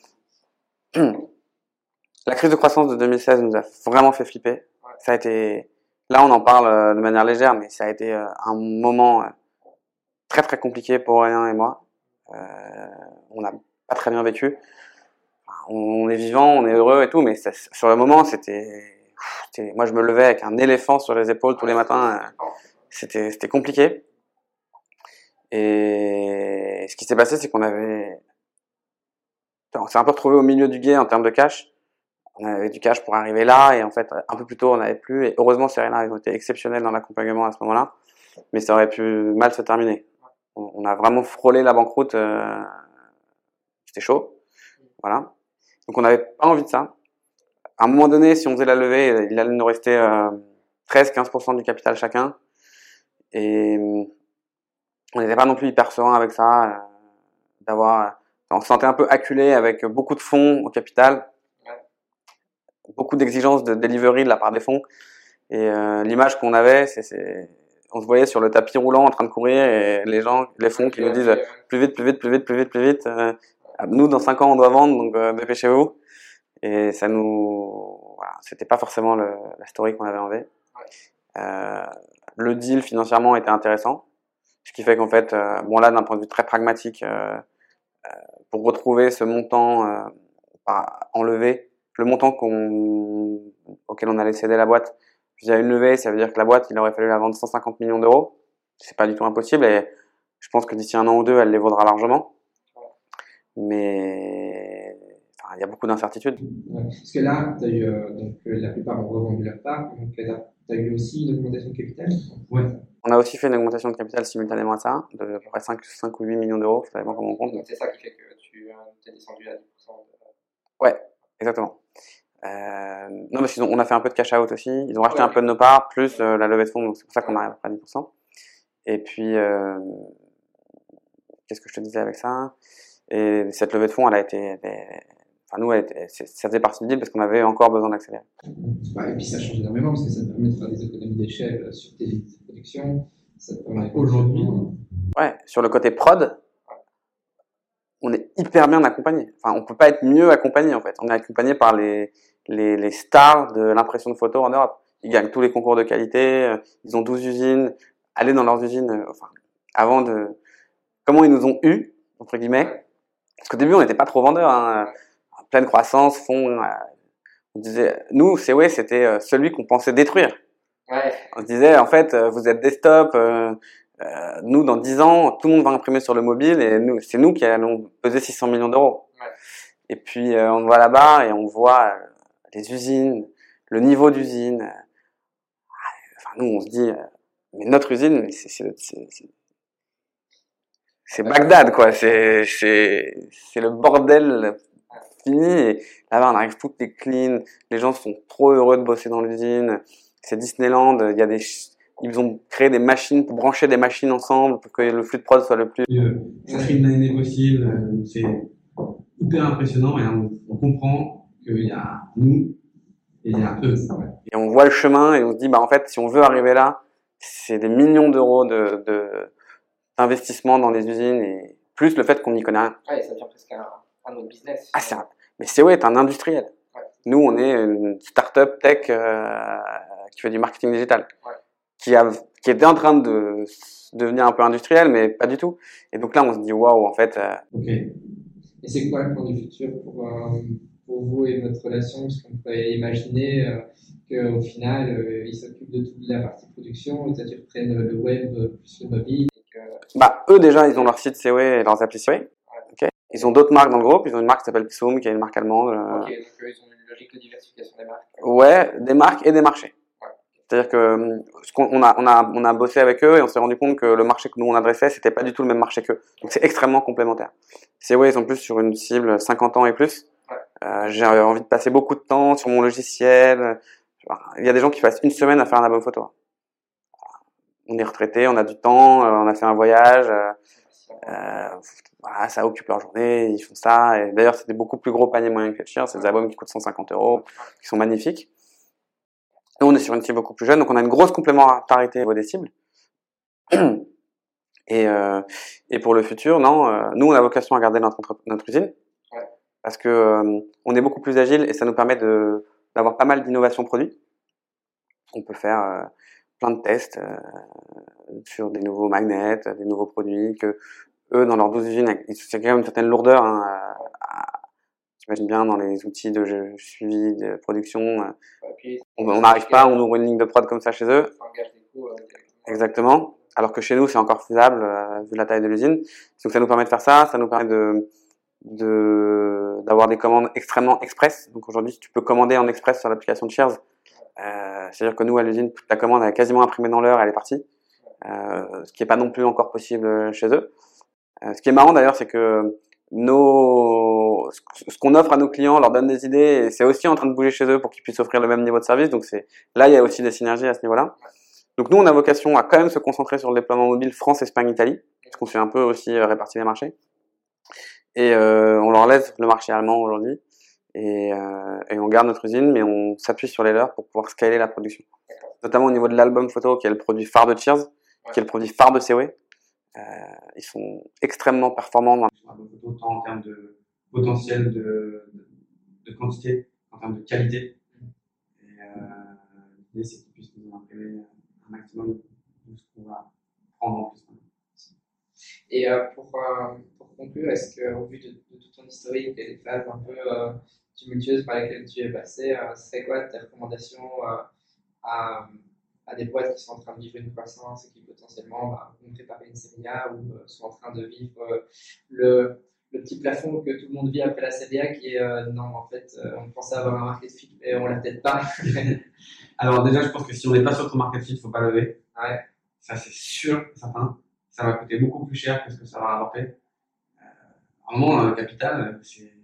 la crise de croissance de 2016 nous a vraiment fait flipper. Ouais. Ça a été, là on en parle de manière légère, mais ça a été un moment très très compliqué pour Aurélien et moi. On n'a pas très bien vécu. On est vivant, on est heureux et tout, mais sur le moment, moi je me levais avec un éléphant sur les épaules tous les matins. C'était compliqué. Et ce qui s'est passé, c'est on s'est un peu retrouvé au milieu du gué en termes de cash. On avait du cash pour arriver là, et en fait, un peu plus tôt, on n'avait plus. Et heureusement, Serena, ils ont été exceptionnels dans l'accompagnement à ce moment-là, mais ça aurait pu mal se terminer. on a vraiment frôlé la banqueroute. C'était chaud. Voilà. Donc on n'avait pas envie de ça. À un moment donné, si on faisait la levée, il allait nous rester 13-15% du capital chacun. Et on n'était pas non plus hyper serein avec ça. On se sentait un peu acculé avec beaucoup de fonds au capital, beaucoup d'exigences de delivery de la part des fonds. Et l'image qu'on avait, on se voyait sur le tapis roulant en train de courir et les fonds qui nous disent plus vite, plus vite, plus vite, plus vite, plus vite. Nous, dans 5 ans, on doit vendre, donc dépêchez-vous. Et voilà, c'était pas forcément la story qu'on avait envie. Le deal financièrement était intéressant, ce qui fait qu'en fait, là, d'un point de vue très pragmatique, pour retrouver ce montant en levée, le montant auquel on allait céder la boîte via une levée, ça veut dire que la boîte, il aurait fallu la vendre 150 millions d'euros. C'est pas du tout impossible et je pense que d'ici 1 an ou 2, elle les vaudra largement. Mais il y a beaucoup d'incertitudes. Parce que là, tu as eu, la plupart ont revendu leur part, donc tu as eu aussi une augmentation de capital. Ouais. On a aussi fait une augmentation de capital simultanément à ça, de à peu près 5 ou 8 millions d'euros, ça dépend comment on compte. Donc c'est ça qui fait que tu es descendu à 10%. Ouais, exactement. Non, parce qu'on a fait un peu de cash out aussi, ils ont racheté un peu de nos parts, plus la levée de fonds, donc c'est pour ça qu'on arrive à 10%. Et puis, qu'est-ce que je te disais avec ça? Et cette levée de fonds, ça faisait partie du deal parce qu'on avait encore besoin d'accélérer. Et puis ça change énormément parce que ça te permet de faire des économies d'échelle sur tes lignes de production. Ça te permet aujourd'hui. Ouais, sur le côté prod, on est hyper bien accompagné. Enfin, on peut pas être mieux accompagné en fait. On est accompagné par les stars de l'impression de photos en Europe. Ils gagnent tous les concours de qualité, ils ont 12 usines. Aller dans leurs usines, comment ils nous ont eu, entre guillemets. Parce qu'au début, on n'était pas trop vendeurs, hein. En pleine croissance, on disait, nous, c'était celui qu'on pensait détruire. Ouais. On se disait, en fait, vous êtes desktop, nous, dans 10 ans, tout le monde va imprimer sur le mobile et c'est nous qui allons peser 600 millions d'euros. Ouais. Et puis, on va là-bas et on voit les usines, le niveau d'usine. Nous, on se dit, mais notre usine, c'est Bagdad, quoi. C'est le bordel fini. Et là-bas, on arrive toutes les clean. Les gens sont trop heureux de bosser dans l'usine. C'est Disneyland. Ils ont créé des machines pour brancher des machines ensemble pour que le flux de prod soit le plus streamliné possible. C'est hyper impressionnant et on comprend qu'il y a nous et il y a eux. Et on voit le chemin et on se dit, en fait, si on veut arriver là, c'est des millions d'euros d'investissement dans des usines et plus le fait qu'on n'y connaît rien. Ouais, ça devient presque un autre business. Mais COE est un industriel. Ouais. Nous, on est une start-up tech qui fait du marketing digital, qui était en train de devenir un peu industriel, mais pas du tout. Et donc là, on se dit, waouh, en fait. Ok. Et c'est quoi le plan du futur pour vous et votre relation? Parce qu'on peut imaginer qu'au final, ils s'occupent de toute la partie production, et tu reprennes le web plus le mobile. Eux, déjà, ils ont leur site COE et leurs applis COE. Okay. Ils ont d'autres marques dans le groupe. Ils ont une marque qui s'appelle Psoum, qui est une marque allemande. Ok, donc ils ont une logique de diversification des marques. Ouais, des marques et des marchés. Ouais. C'est-à-dire que on a bossé avec eux et on s'est rendu compte que le marché que nous on adressait, c'était pas du tout le même marché qu'eux. Donc c'est extrêmement complémentaire. COE, ils sont plus sur une cible 50 ans et plus. Ouais. J'ai envie de passer beaucoup de temps sur mon logiciel. Il y a des gens qui passent une semaine à faire un album photo. On est retraité, on a du temps, on a fait un voyage, ça occupe leur journée, ils font ça. Et d'ailleurs, c'est des beaucoup plus gros paniers moyens que Cheers, c'est des albums qui coûtent 150 €, qui sont magnifiques. Nous, on est sur une cible beaucoup plus jeune, donc on a une grosse complémentarité au niveau des cibles. Et pour le futur, non, nous, on a vocation à garder notre usine, parce que on est beaucoup plus agile et ça nous permet d'avoir pas mal d'innovations produits. On peut faire plein de tests sur des nouveaux magnets, des nouveaux produits que eux, dans leurs 12 usines, c'est quand même une certaine lourdeur. J'imagine bien dans les outils de suivi de production. On n'arrive pas, on ouvre une ligne de prod comme ça chez eux. Exactement. Alors que chez nous, c'est encore faisable vu la taille de l'usine. Donc ça nous permet de faire ça. Ça nous permet d'avoir des commandes extrêmement express. Donc aujourd'hui, tu peux commander en express sur l'application de Cheers. C'est-à-dire que nous, à l'usine, la commande elle est quasiment imprimée dans l'heure, elle est partie. ce qui est pas non plus encore possible chez eux. Ce qui est marrant d'ailleurs, c'est que ce qu'on offre à nos clients leur donne des idées et c'est aussi en train de bouger chez eux pour qu'ils puissent offrir le même niveau de service. Donc là, il y a aussi des synergies à ce niveau-là. Donc nous, on a vocation à quand même se concentrer sur le déploiement mobile France, Espagne, Italie, parce qu'on fait un peu aussi répartir les marchés. Et on leur laisse le marché allemand aujourd'hui et on garde notre usine, mais on s'appuie sur les leurs pour pouvoir scaler la production. Notamment au niveau de l'album photo, qui est le produit phare de Cheers, qui est le produit phare de COE. Ils sont extrêmement performants dans l'album photo, tant en termes de potentiel de quantité, en termes de qualité. Et l'idée, c'est qu'ils puissent nous imprimer un maximum de ce qu'on va prendre en plus. Et pour conclure, est-ce qu'au vu de toute ton historique et des phases un peu tumultueuses par lesquelles tu es passé, ce serait quoi tes recommandations à des boîtes qui sont en train de vivre une croissance et qui potentiellement vont préparer une série A ou sont en train de vivre le petit plafond que tout le monde vit après la série A qui est non, en fait, on pensait avoir un market fit, mais on l'a peut-être pas. Alors déjà, je pense que si on n'est pas sur ton market fit, il ne faut pas lever. Ouais. Ça, c'est sûr et certain. Ça va coûter beaucoup plus cher que ce que ça va rapporter. À un moment, le capital,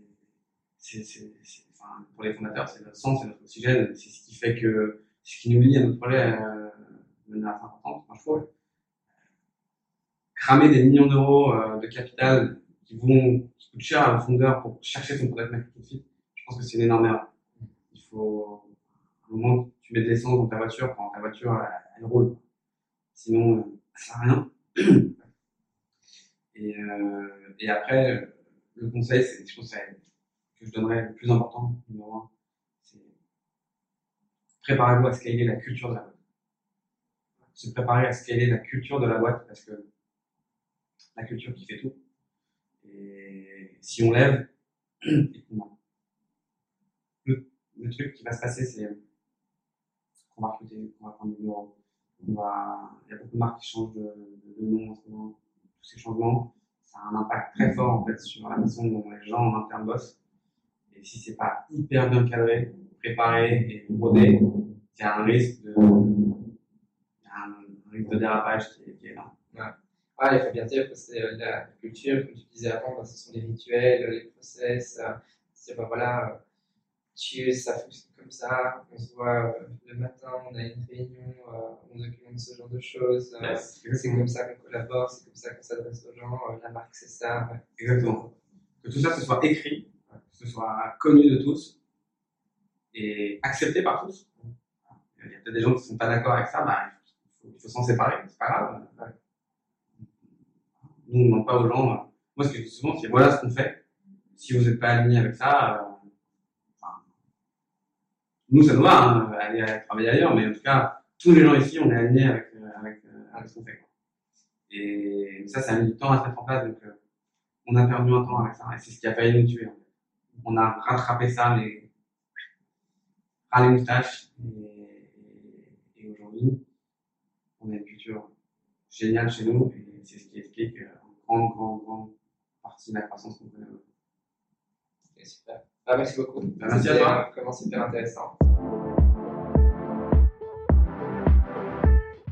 enfin, pour les fondateurs, c'est notre sang, c'est notre oxygène, c'est ce qui fait que, ce qui nous lie à notre projet de manière assez importante. Moi, je trouve. Cramer des millions d'euros de capital qui coûtent cher à un fondeur pour chercher son product market fit, je pense que c'est une énorme erreur. Il faut, à un moment, tu mets de l'essence dans ta voiture quand ta voiture, elle roule. Sinon, ça sert à rien. Et après, le conseil, c'est, je pense, que je donnerais le plus important, numéro 1, c'est préparez-vous à scaler la culture de la boîte. Se préparer à scaler la culture de la boîte parce que la culture qui fait tout. Et si on lève, le truc qui va se passer, c'est qu'on va recruter, qu'on va prendre des bureaux. Il y a beaucoup de marques qui changent de nom en ce moment. Tous ces changements, ça a un impact très fort en fait sur la façon dont les gens en interne bossent. Et si c'est pas hyper bien cadré, préparé et rodé, il y a un risque de dérapage qui est énorme. Ouais, il faut bien dire que c'est la culture, comme tu disais avant, ce sont les rituels, les process. C'est voilà, Cheers, ça fonctionne comme ça, on se voit le matin, on a une réunion, on documente ce genre de choses. C'est comme ça qu'on collabore, c'est comme ça qu'on s'adresse aux gens, la marque c'est ça. Ouais. Exactement. Que tout ça ce soit écrit, que ce soit connu de tous et accepté par tous. Il y a peut-être des gens qui ne sont pas d'accord avec ça, il faut s'en séparer, c'est pas grave. Ouais. Nous, on ne demande pas aux gens. Moi, ce que je dis souvent, c'est voilà ce qu'on fait. Si vous n'êtes pas aligné avec ça, nous, ça nous va, aller travailler ailleurs, mais en tout cas, tous les gens ici, on est alignés avec ce qu'on fait. Et ça a mis du temps à se mettre en place, donc on a perdu un temps avec ça, et c'est ce qui a failli nous tuer. En fait. On a rattrapé ça, mais ras les moustaches, et aujourd'hui, on a une culture géniale chez nous, et c'est ce qui explique une grande partie de la croissance qu'on connaît. Okay, super. Merci beaucoup. Merci à toi. Vraiment super intéressant.